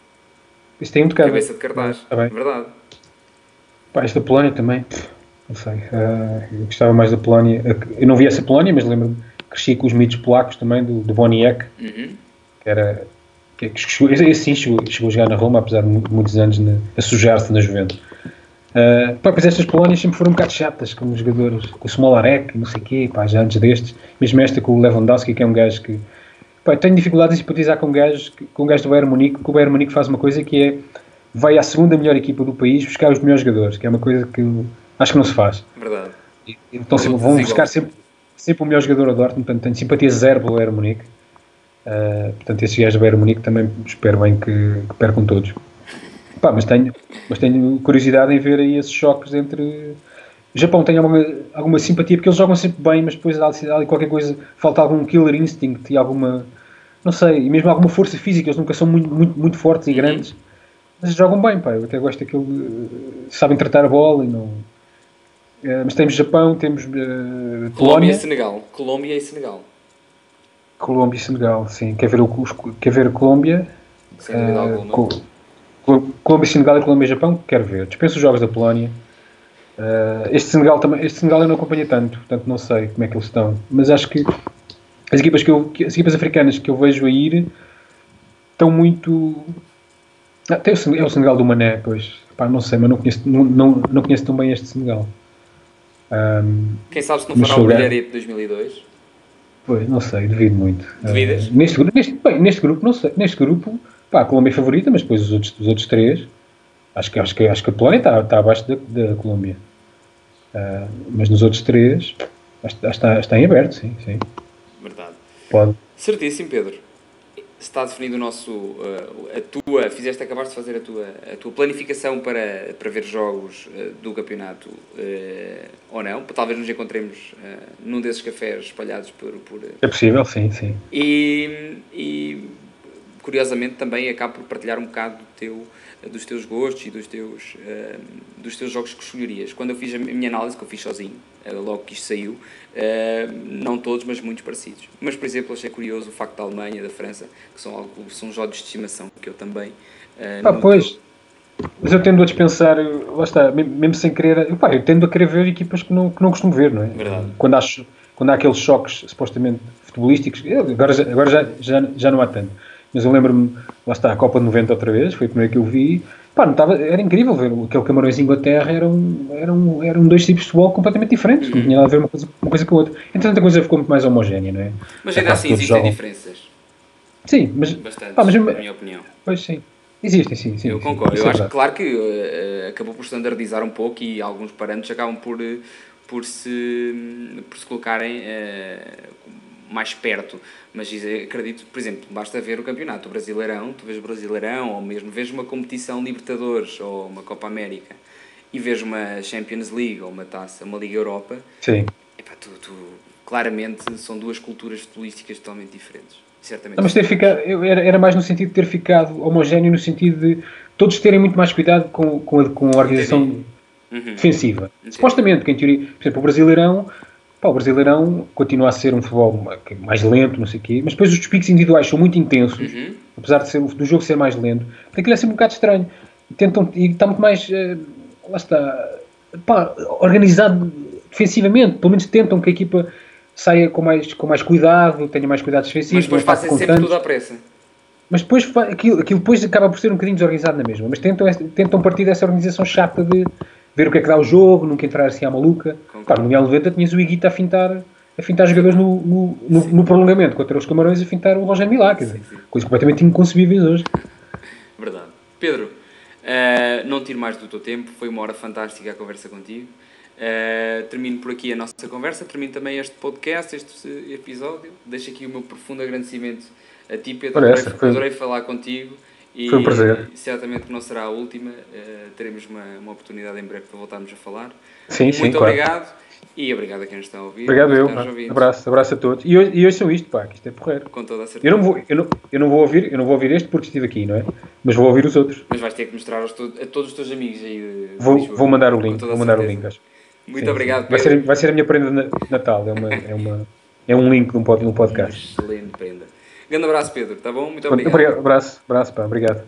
Isso tem um de cada. Cabeça de cartaz, ah, é verdade. Pá, esta Polónia também, não sei. Uh, eu gostava mais da Polónia. Eu não vi essa Polónia, mas lembro-me, cresci com os mitos polacos também, do, do Boniek, uhum. que era. Que, que chegou, esse sim chegou, chegou a jogar na Roma, apesar de muitos anos na, a sujar-se na Juventus. Uh, pá, pois estas Polónias sempre foram um bocado chatas, como jogadores, com o Smolarek, não sei o quê, pá, já antes destes, mesmo esta com o Lewandowski, que é um gajo que, pá, tenho dificuldade em simpatizar com um gajo, com um gajo do Bayern Munique, porque o Bayern Munique faz uma coisa que é, vai à segunda melhor equipa do país buscar os melhores jogadores, que é uma coisa que eu acho que não se faz. Verdade. E, então sempre, vão buscar sempre, sempre o melhor jogador a Dortmund, portanto tenho simpatia zero pelo Bayern Munique. Uh, portanto esses gajos do Bayern Munique também espero bem que, que percam todos. Pá, mas tenho, mas tenho curiosidade em ver aí esses choques entre... O Japão tem alguma, alguma simpatia, porque eles jogam sempre bem, mas depois há ali qualquer coisa, falta algum killer instinct e alguma, não sei, e mesmo alguma força física, eles nunca são muito, muito, muito fortes e grandes, mas jogam bem, pá, eu até gosto daquilo, sabem tratar a bola e não... Uh, mas temos Japão, temos uh, Colômbia Polónia... e Senegal. Colômbia e Senegal. Colômbia e Senegal, sim. Quer ver, o, quer ver a Colômbia? Sem dúvida uh, alguma. Col- Colômbia, Senegal e Colômbia e Japão, quero ver. Dispenso os jogos da Polónia. Uh, este, Senegal também, este Senegal eu não acompanhei tanto, portanto não sei como é que eles estão. Mas acho que as equipas, que eu, as equipas africanas que eu vejo a ir estão muito... Ah, tem o, é o Senegal do Mané, pois. Pá, não sei, mas não conheço, não, não, não conheço tão bem este Senegal. Um, Quem sabe se não fará o Brilharete de dois mil e dois? Pois, não sei, devido muito. Devidas? Uh, neste, neste, bem, neste grupo, não sei. Neste grupo, pá, a Colômbia é favorita, mas depois os outros, os outros três... Acho que, acho que, acho que a Polónia está, está abaixo da, da Colômbia. Uh, mas nos outros três está, está, está em aberto, sim, sim. Verdade. Pode. Certíssimo, Pedro. Está definido o nosso... Uh, a tua... Fizeste, acabaste de fazer a tua, a tua planificação para, para ver jogos uh, do campeonato uh, ou não. Talvez nos encontremos uh, num desses cafés espalhados por... por é possível, sim, sim. E, e curiosamente também acabo por partilhar um bocado do teu... dos teus gostos e dos teus, uh, dos teus jogos que escolherias. Quando eu fiz a minha análise, que eu fiz sozinho, uh, logo que isto saiu, uh, não todos, mas muitos parecidos. Mas, por exemplo, achei curioso o facto da Alemanha, da França, que são, algo, são jogos de estimação, que eu também... Uh, ah, pois, mas eu tendo a dispensar, lá está, mesmo sem querer, eu, pá, eu tendo a querer ver equipas que não, que não costumo ver, não é? Verdade. Quando, acho, quando há aqueles choques, supostamente, futebolísticos, agora, já, agora já, já, já não há tanto. Mas eu lembro-me, lá está, a Copa de noventa outra vez, foi a primeira que eu vi. Pá, não estava, era incrível ver aquele Camarões e Inglaterra, eram, eram, eram dois tipos de futebol completamente diferentes, uhum. Não tinha nada a ver uma coisa, uma coisa com a outra. Entretanto, a coisa ficou muito mais homogénea, não é? Mas ainda assim existem jogam. diferenças. Sim, mas... Bastante, pá, mas, na minha opinião. Pois sim, existem, sim. sim eu sim, concordo, sim, eu é acho verdade. que, claro que uh, acabou por standardizar um pouco e alguns parâmetros acabam por, por, se, por se colocarem uh, mais perto. Mas acredito, por exemplo, basta ver o campeonato, o Brasileirão, tu vês o Brasileirão, ou mesmo vês uma competição Libertadores, ou uma Copa América, e vês uma Champions League, ou uma Taça, uma Liga Europa, sim. Epá, tu, tu, claramente são duas culturas futebolísticas totalmente diferentes. Certamente não, mas ter ficado, eu, era, era mais no sentido de ter ficado homogéneo, no sentido de todos terem muito mais cuidado com, com, a, com a organização uhum. defensiva. Entendi. Supostamente, que em teoria, por exemplo, o Brasileirão... Pá, o Brasileirão continua a ser um futebol mais lento, não sei o quê, mas depois os picos individuais são muito intensos, uhum. apesar de ser, do jogo ser mais lento, aquilo é sempre um bocado estranho. E, tentam, e está muito mais, uh, lá está, pá, organizado defensivamente, pelo menos tentam que a equipa saia com mais, com mais cuidado, tenha mais cuidados defensivos. Mas depois fazem sempre tudo à pressa. Mas depois, aquilo, aquilo depois acaba por ser um bocadinho desorganizado na mesma, mas tentam, tentam partir dessa organização chata de ver o que é que dá o jogo, nunca entrar assim à maluca. Claro, no Mundial noventa tinhas o Higuita a fintar, a fintar jogadores no, no, no, no prolongamento, contra os Camarões a fintar o Roger Milá, quer dizer, coisas completamente inconcebíveis hoje. Verdade. Pedro, uh, não tiro mais do teu tempo, foi uma hora fantástica a conversa contigo. Uh, termino por aqui a nossa conversa, termino também este podcast, este episódio. Deixo aqui o meu profundo agradecimento A ti, Pedro, adorei, essa, foi... adorei falar contigo. E foi um prazer. Certamente que não será a última. Uh, teremos uma, uma oportunidade em breve para voltarmos a falar. Sim, Muito sim, obrigado. Claro. E obrigado a quem nos está a ouvir. Obrigado eu. Abraço, abraço a todos. E hoje, e hoje são isto, pá, que isto é porreiro. Com toda a certeza. Eu não, vou, eu, não, eu, não vou ouvir, eu não vou ouvir este porque estive aqui, não é? Mas vou ouvir os outros. Mas vais ter que mostrar aos to- a todos os teus amigos aí de Vou, Lisboa, vou mandar o link. Vou mandar o link, acho. Muito sim, obrigado, sim. Vai, ser, vai ser a minha prenda de Natal. É, uma, é, uma, é um link de um, pod, de um podcast. Uma excelente prenda. Grande abraço, Pedro. Tá bom? Muito obrigado. Abraço, abraço, pá. Obrigado.